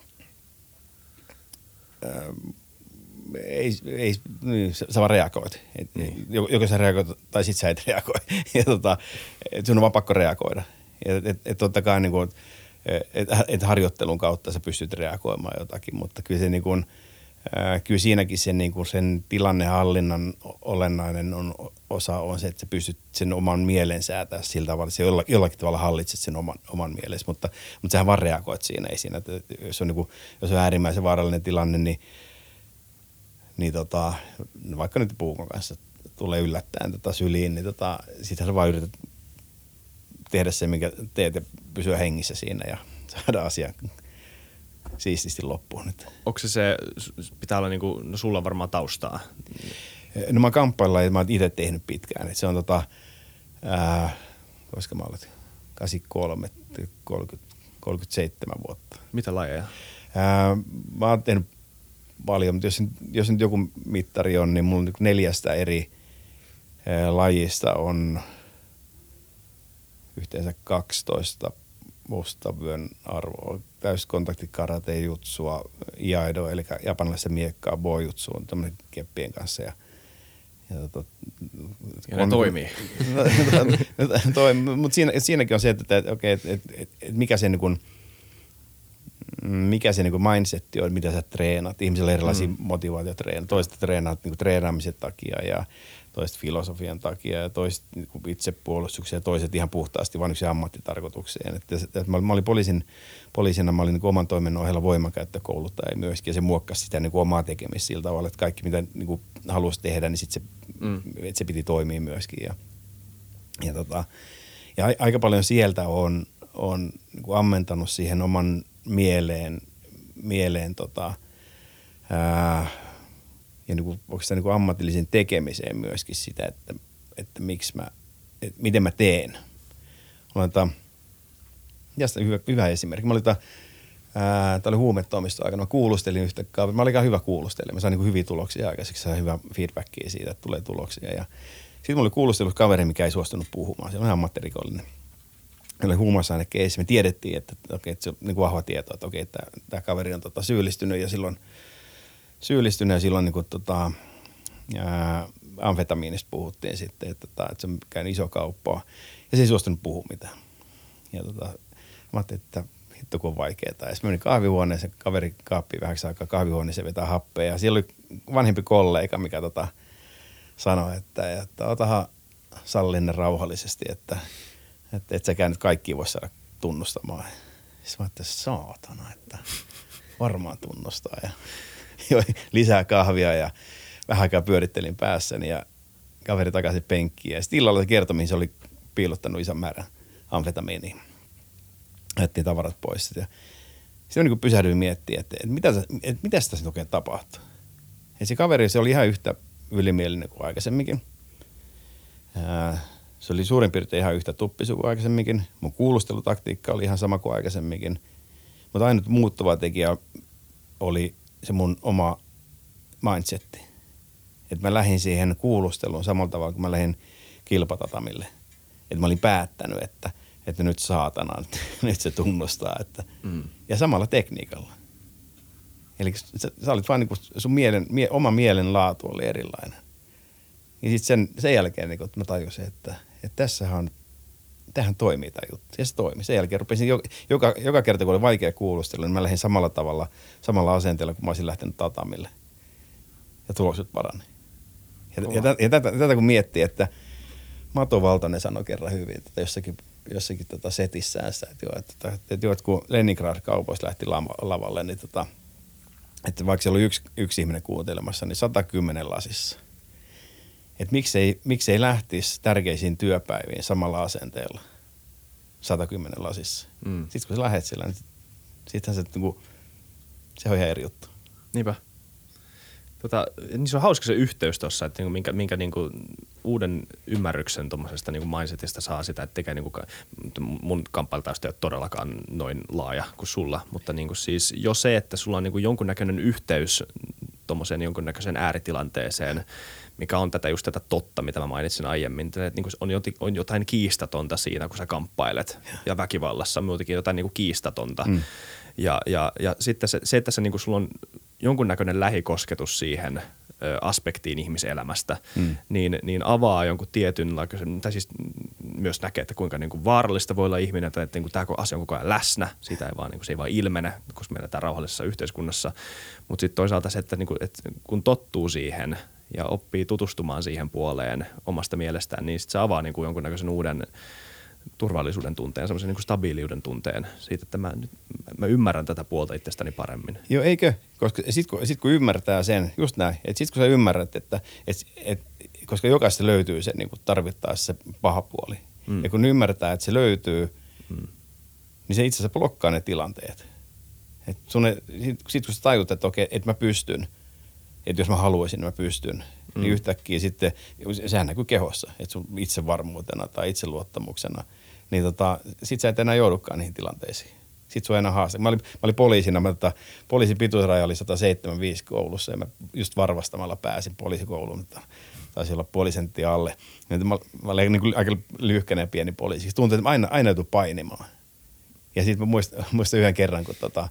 äh, ei, ei niin, sä vaan reagoit. Et, niin. Joko sä reagoit tai sit sä et reagoi. Ja tota, et sun on vaan pakko reagoida. Et, et, et totta kai niin kuin, et, et harjoittelun kautta sä pystyt reagoimaan jotakin, mutta kyllä, se, niin kuin, äh, kyllä siinäkin sen, niin kuin sen tilannehallinnan olennainen on, osa on se, että sä pystyt sen oman mielen säätää sillä tavalla, että sä jollakin, jollakin tavalla hallitset sen oman, oman mielesi, mutta, mutta sähän vaan reagoit siinä. Ei siinä että jos, on, niin kuin, jos on äärimmäisen vaarallinen tilanne, niin, niin tota, vaikka nyt puukon kanssa tulee yllättäen tota syliin, niin tota, sittenhän sä vaan yrität tehdä se, minkä teet ja pysyä hengissä siinä ja saada asian siististi loppuun nyt. Onko se se, pitää olla niinku, no sulla on varmaan taustaa? No mä kamppailla ja mä oon itse tehnyt pitkään. Et se on tota, ää, koska mä olet kahdeksankymmentäkolme, kolmekymmentä, kolmekymmentäseitsemän vuotta. Mitä lajeja? Ää, mä oon tehnyt paljon, mutta jos, jos nyt joku mittari on, niin mulla on neljästä eri ää, lajista on yhteensä kaksitoista mustavyön arvoa. Täyskontakti, karate, jutsua, iaido, eli japanilaista miekkaa, bojutsu on tämmöinen keppien kanssa. Ja, ja, tota, ja ne toimii. toimii. Mutta siinä, siinäkin on se, että, että, okay, että, että, että mikä se, niin kuin, mikä se niin kuin mindsetti on, mitä sä treenat. Ihmisillä on erilaisia mm. motivaatiotreenaajia. Toiset treenaat niin kuin treenaamisen takia ja toiset filosofian takia ja toiset niin itsepuolustuksen ja toiset ihan puhtaasti vain yksi ammattitarkoitukseen. Että, että mä, mä olin poliisin, poliisina, mä olin niin oman toiminnan ohella voimankäyttökouluttaja myöskin ja se muokkasi sitä niin omaa tekemistä sillä tavalla, että kaikki mitä niin halusi tehdä, niin sit se, mm. että se piti toimia myöskin. Ja, ja, tota, ja a, aika paljon sieltä on, on niin ammentanut siihen oman mieleen, mieleen tota, ää, ja niin kuin, oikeastaan niin kuin ammatillisen tekemiseen myöskin sitä, että, että miksi mä, että miten mä teen. Olen ta, hyvä, hyvä esimerkki. Mä olin ta, ää, tää oli huumetoimisto aikana. Mä kuulustelin yhtä kaveria. Mä olin ihan hyvä kuulustelija. Mä sain niin kuin hyviä tuloksia aikaiseksi. Sain hyvää feedbackia siitä, että tulee tuloksia. Ja sitten mulla oli kuulustellut kaveri, mikä ei suostunut puhumaan. Se on ihan ammattirikollinen. Meillä oli huumausainekeissi. Me tiedettiin, että, että, että se on niin kuin vahva tieto, että okei, että tämä kaveri on tota, syyllistynyt ja silloin syyllistynyt ja silloin niin kuin, tota, ää, amfetamiinista puhuttiin sitten, että, että se on käyn iso kauppaa ja se ei suostunut puhua mitään. Ja tota, mä ajattelin, että hitto kun on vaikeaa. Ja sitten menin kahvihuoneeseen, kaveri kaappiin vähäksi aikaa kahvihuoneeseen vetää happea ja siellä oli vanhempi kollega, mikä tota, sanoi, että, että otahan Sallinen rauhallisesti, että että et säkään nyt kaikkia voi saada tunnustamaan. Sitten mä ajattelin, saatana, että varmaan tunnustaa ja joi lisää kahvia ja vähän aikaa pyörittelin päässäni ja kaveri takaisin penkkiin. Ja sitten illalla se kertoi, mihin se oli piilottanut ison määrän amfetamiiniin. Ajettiin tavarat pois. Ja sitten niin pysähdyin miettimään, että, että, mitä, että mitä sitä sitten oikein tapahtuu. Ja se kaveri, se oli ihan yhtä ylimielinen kuin aikaisemminkin. Ää, se oli suurin piirtein ihan yhtä tuppisu kuin aikaisemminkin. Mun kuulustelutaktiikka oli ihan sama kuin aikaisemminkin. Mutta ainut muuttava tekijä oli se mun oma mindsetti. Että mä lähdin siihen kuulusteluun samalla tavalla kuin mä lähdin kilpatatamille. Että mä olin päättänyt, että, että nyt saatana, nyt se tunnustaa. Että, mm. Ja samalla tekniikalla. Eli sä, sä olit vaan niin kuin sun mielen, mie, oma mielenlaatu oli erilainen. Ja sitten sen, sen jälkeen niin mä tajusin, että, että tässähän on, tämähän toimii tämä juttu. Ja se toimi. Sen jälkeen rupesin joka, joka, joka kerta, kun oli vaikea kuulustella, niin mä lähdin samalla tavalla, samalla asenteella, kun mä olisin lähtenyt tatamille. Ja tulokset parani. Ja, ja, ja, ja tätä, tätä kun miettii, että Mato Valtonen sanoi kerran hyvin, että jossakin, jossakin tota setissään, että, joo, että, että joo, että kun Leningrad-kaupoista lähti lavalle, niin tota, että vaikka siellä oli yksi, yksi ihminen kuuntelemassa, niin sata kymmenen lasissa. Että miksei, miksei lähtisi tärkeisiin työpäiviin samalla asenteella sata kymmenen lasissa. Mm. Sitten kun sä lähet sillä, niin sittenhän se, niin kuin, se on ihan eri juttu. Niinpä. Tota, niin se on hauska se yhteys tuossa, että niinku, minkä, minkä niinku uuden ymmärryksen tuommoisesta niinku mindsetista saa sitä, että tekee niinku, mun kamppailutausta ei ole todellakaan noin laaja kuin sulla, mutta niinku siis jo se, että sulla on niinku jonkunnäköinen yhteys tuommoiseen jonkunnäköiseen ääritilanteeseen, mikä on tätä just tätä totta, mitä mä mainitsin aiemmin, että niinku on, joti, on jotain kiistatonta siinä, kun sä kamppailet ja väkivallassa on muutenkin jotain niinku kiistatonta. Mm. Ja, ja, ja sitten se, se että se, niinku, sulla on jonkunnäköinen lähikosketus siihen ö, aspektiin ihmiselämästä, mm. niin, niin avaa jonkun tietynlaisen, tai siis myös näkee, että kuinka niinku vaarallista voi olla ihminen, että niinku, tämä asia on koko ajan läsnä, sitä ei vaan, niinku, se ei vaan ilmene, koska meillä täällä rauhallisessa yhteiskunnassa. Mutta sitten toisaalta se, että niinku, et kun tottuu siihen ja oppii tutustumaan siihen puoleen omasta mielestään, niin sitten se avaa niinku, jonkunnäköisen uuden turvallisuuden tunteen, semmoisen niin kuin stabiiliuden tunteen siitä, että mä, nyt, mä ymmärrän tätä puolta itsestäni paremmin. Joo, eikö? Koska sit kun, sit kun ymmärtää sen, just näin, että sit kun sä ymmärrät, että et, et, koska jokaista löytyy se niin kuin tarvittaessa se paha puoli. Mm. Ja kun ymmärtää, että se löytyy, mm. niin se itse asiassa blokkaa ne tilanteet. Et sun ei, sit, sit kun sä tajut, että okei, että mä pystyn, että jos mä haluaisin, niin mä pystyn, mm. niin yhtäkkiä sitten, sehän näkyy kehossa, että sun itsevarmuutena tai itseluottamuksena, niin tota, sit sä et enää joudukaan niihin tilanteisiin. Sit sun enää haaste. Mä olin, mä olin poliisina, mä tota, poliisin pituusraja oli sata seitsemänkymmentäviisi koulussa ja mä just varvastamalla pääsin poliisikouluun, mutta taisi olla puoli senttiä alle. Mä, mä olin niin aika lyhkäinen pieni poliisi. Tuntui, että mä aina, aina joutuu painimaan. Ja sit mä muistan, muistan yhden kerran, kun tota,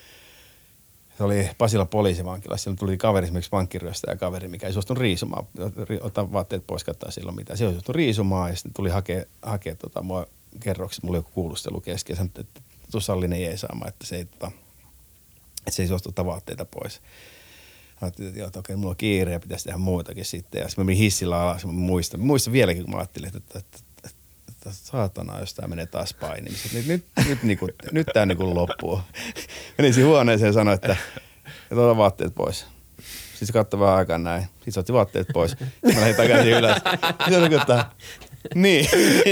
se oli Pasilan poliisivankilassa. Siellä tuli kaveri, esimerkiksi pankkiryöstäjä kaveri, mikä ei suostunut riisumaan. Ottaa vaatteet pois, katsoa silloin mitään. Se ei suostunut riisumaan ja sitten tuli hakea, hakea tota, mua kerroksi. Mulla oli joku kuulustelu kesken ja sanoi, että tuu Sallinen jeesaamaan, että se ei, tota, että se ei suostu ottaa vaatteita pois. Ajattelin, että joo, että okei, mulla on kiire ja pitäisi tehdä muutakin sitten. Ja sitten mä menin hissillä alas ja mä muistan, muistan vieläkin, kun mä ajattelin, että, että, että, että, että saatana, jos tää menee taas painiin. Nyt, nyt, nyt, nyt, nyt tää niin kuin loppuu. Menin siihen huoneeseen ja sanoin, että ota vaatteet pois. Sitten se katsoi vähän aikaa näin. Sitten se otti vaatteet pois. Mä lähdin takaisin ylös. Sitten on että niin,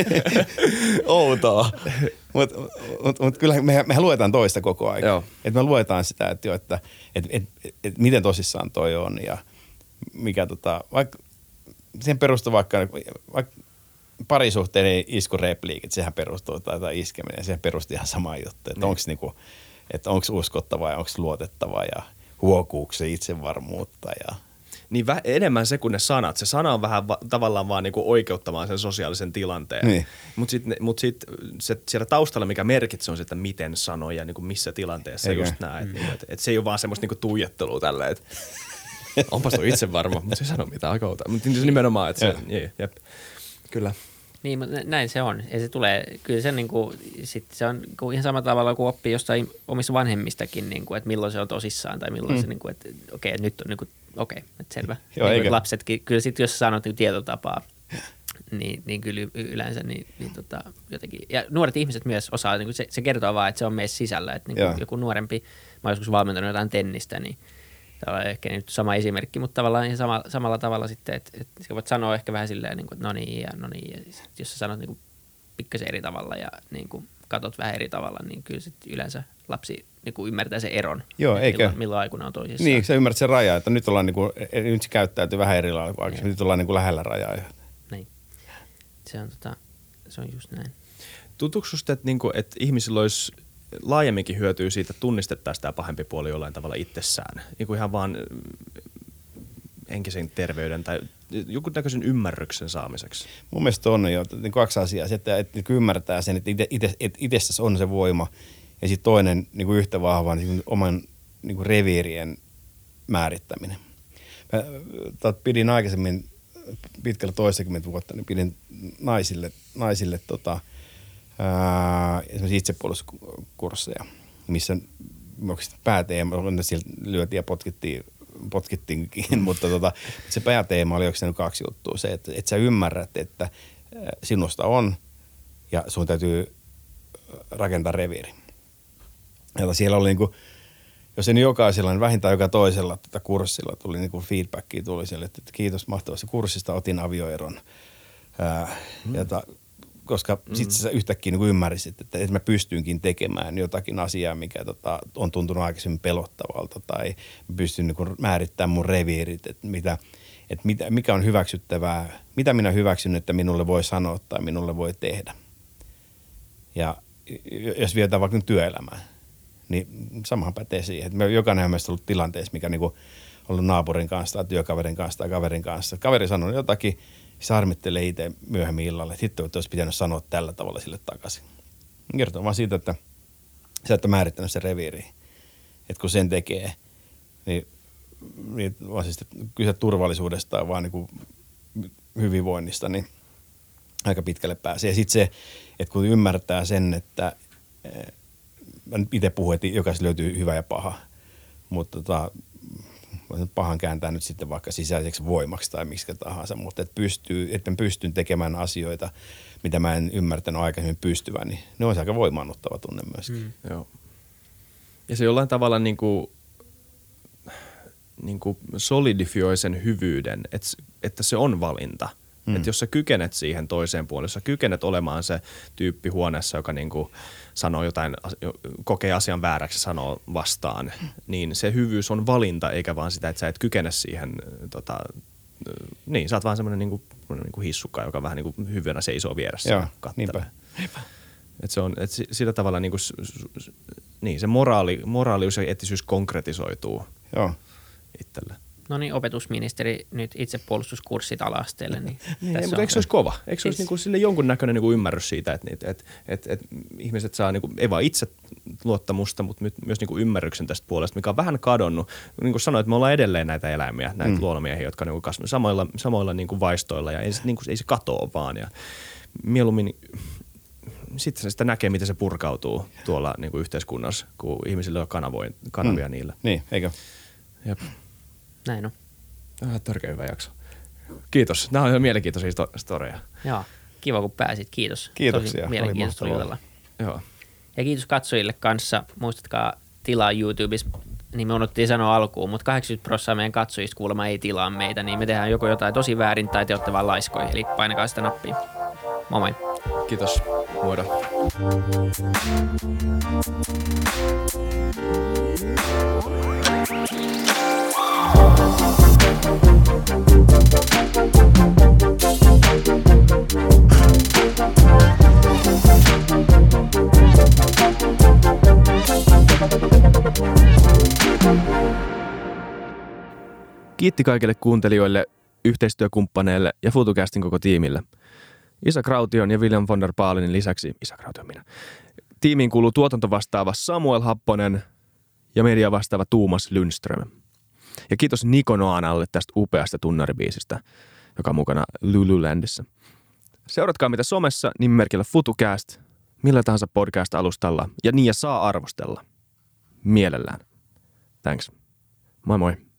outoa. Mutta mut, mut kyllä mehän, mehän luetaan toista koko ajan. Että me luetaan sitä, että, jo, että et, et, et, et miten tosissaan toi on ja mikä tota, vaikka siihen perustuu vaikka, vaikka parisuhteiden iskurepliikit, sehän perustuu tai, tai iskeminen, sehän perustuu ihan sama juttu. Että onko niinku, että onko uskottava ja onko luotettava ja huokuuko se itsevarmuutta ja niin vä- enemmän se kuin ne sanat. Se sana on vähän va- tavallaan vaan niinku oikeuttamaan sen sosiaalisen tilanteen. Niin. Mutta sitten mut sit, se, siellä taustalla, mikä merkitsee, on se, että miten sanoo ja niinku missä tilanteessa Eikä. just näin. Mm. Et, et se ei ole vaan semmoista niinku tuijottelua tälleen, että onpas toi itse varma, mutta se ei sano mitään aika outoa. Mutta nimenomaan, että se, jep, jep. Kyllä. Niin, mutta näin se on. Ja se tulee, kyllä se, niin kuin, sit se on ihan samalla tavalla kuin oppii jostain omissa vanhemmistakin, niin kuin, että milloin se on tosissaan tai milloin mm. se, niin kuin, että okei, okay, nyt on niin kuin, okei, okay, että selvä. Joo, niin kuin, lapsetkin, kyllä sitten jos sä sanot niin tietotapaa, niin, niin kyllä yleensä niin, niin tota, jotenkin, ja nuoret ihmiset myös osaa, niin kuin se, se kertoo vaan, että se on meissä sisällä, että niin kuin joku nuorempi, mä oon joskus valmentanut jotain tennistä, niin tämä on ehkä nyt sama esimerkki, mutta tavallaan ihan sama, samalla tavalla sitten, että, että sä voit sanoa ehkä vähän silleen, niin kuin, että no niin ja no niin, ja sit, jos sä sanot niin kuin pikkasen eri tavalla ja niin kuin katot vähän eri tavalla, niin kyllä sitten yleensä lapsi niin kuin ymmärtää sen eron. Joo, eikö? Milloin, milloin aikuna on toisissaan. Niin, sä ymmärrät sen rajaa, että nyt ollaan niin kuin, nyt se käyttäytyy vähän eri lailla kuin aikaisemmin, nyt ollaan niin kuin lähellä rajaa. Niin, se on, tota, se on just näin. Tuntuuko susta, että, niin kuin, että ihmisillä olisi laajemminkin hyötyy siitä, että tunnistettaisiin tämä pahempi puoli jollain tavalla itsessään? Niin kuin ihan vaan henkisen terveyden tai joku näköisen ymmärryksen saamiseksi. Mun mielestä on jo niin kaksi asiaa. Se, että, että ymmärtää sen, että itse, itse, että itsessä on se voima. Ja sitten toinen niin kuin yhtä vahva niin kuin oman niin kuin reviirien määrittäminen. Mä pidin aikaisemmin pitkällä toistakymmentä vuotta, niin pidin naisille, naisille tota, ää, esimerkiksi itsepuolustuskursseja, missä pääteema, sieltä lyötiin ja potkittiin, potkittiinkin, mutta tota, se pääteema oli oikeastaan kaksi juttua. Se, että, että sä ymmärrät, että sinusta on ja sun täytyy rakentaa reviiri. Ja siellä oli niinku, jos ei jokaisella, niin vähintään joka toisella tätä kurssilla tuli niinku feedbackia tuli siellä, että kiitos mahtavasta kurssista, otin avioeron. Ää, mm. ja ta, koska mm. sitten sä yhtäkkiä niin ymmärrisit, että, että mä pystyinkin tekemään jotakin asiaa, mikä tota, on tuntunut aikaisemmin pelottavalta tai mä pystyn niin määrittämään mun reviirit, että, mitä, että mitä, mikä on hyväksyttävää, mitä minä hyväksyn, että minulle voi sanoa tai minulle voi tehdä. Ja jos vietään vaikka työelämään, niin samahan pätee siihen, että me jokainen on meistä ollut tilanteessa, mikä niin kuin ollut naapurin kanssa tai työkaverin kanssa tai kaverin kanssa. Kaveri sanoo jotakin, se harmittelee itse myöhemmin illalla, että hitto, että olisi pitänyt sanoa tällä tavalla sille takaisin. Kertoo vaan siitä, että sä et ole määrittänyt sen reviiriin. Että kun sen tekee, niin, niin vaan siis kyse turvallisuudesta ja vaan niin kuin hyvinvoinnista, niin aika pitkälle pääsee. Ja sitten se, että kun ymmärtää sen, että mä itse puhun, että jokaisessa löytyy hyvä ja paha, mutta tota, pahan kääntää nyt sitten vaikka sisäiseksi voimaksi tai miksi tahansa, mutta että, pystyy, että pystyn tekemään asioita, mitä mä en ymmärtänyt aikaisemmin pystyvän, niin ne on aika voimaannuttava tunne myöskin. Mm. Joo. Ja se jollain tavalla niin kuin, niin kuin solidifioi sen hyvyyden, että, että se on valinta. Mm. Että jos sä kykenet siihen toiseen puoleen, jos sä kykenet olemaan se tyyppi huoneessa, joka niinku sanoo jotain, kokee asian vääräksi ja sanoo vastaan, niin se hyvyys on valinta, eikä vaan sitä, että sä et kykene siihen, tota, niin sä oot vaan semmoinen niinku, niinku hissukka, joka vähän niinku hyvänä seisoo vieressä ja kattelee. Niinpä. Et se on, et sillä tavalla niinku, niin se moraali, moraalius ja eettisyys konkretisoituu Joo. itselle. No niin, opetusministeri nyt itsepuolustuskurssit ala-asteelle. Niin niin, mutta eikö se olisi kova? Eikö se olisi niinku sille jonkunnäköinen niinku ymmärrys siitä, että et, et, et, et ihmiset saa niinku, ei vaan itse luottamusta, mutta myös niinku ymmärryksen tästä puolesta, mikä on vähän kadonnut. Niin kuin sanoin, että me ollaan edelleen näitä eläimiä, näitä mm. luonnonmiehiä, jotka niinku kasvavat samoilla, samoilla niinku vaistoilla ja ei, niinku, ei se katoa vaan. Ja mieluummin sitten se sitä näkee, miten se purkautuu tuolla niinku yhteiskunnassa, kun ihmisillä on kanavoja, kanavia mm. niillä. Niin, eikö? Jep. Näin on. Tämä on törkeä hyvä jakso. Kiitos. Nämä on ihan mielenkiintoisia storeja. Joo. Kiva, kun pääsit. Kiitos. Kiitoksia. Tosi mielenkiintoista jutella. Joo. Ja kiitos katsojille kanssa. Muistatkaa tilaa YouTubessa. Niin me unohdettiin sanoa alkuun, mutta kahdeksankymmentä prosenttia meidän katsojista kuulemma ei tilaa meitä, niin me tehdään joko jotain tosi väärin tai te olette vaan laiskoja. Eli painakaa sitä nappia. Moi moi. Kiitos. Moida. Kiitti kaikille kuuntelijoille, yhteistyökumppaneille ja FutuCastin koko tiimille. Isa Kraution ja William von der Baalenin lisäksi, Isa Kraution minä, tiimiin kuuluu tuotantovastaava Samuel Happonen ja media vastaava Tuumas Lundström. Ja kiitos Niko Noanalle tästä upeasta tunnaribiisistä, joka on mukana Lululandissa. Seuratkaa mitä somessa nimimerkillä FutuCast, millä tahansa podcast-alustalla ja niin ja saa arvostella. Mielellään. Thanks. Moi moi.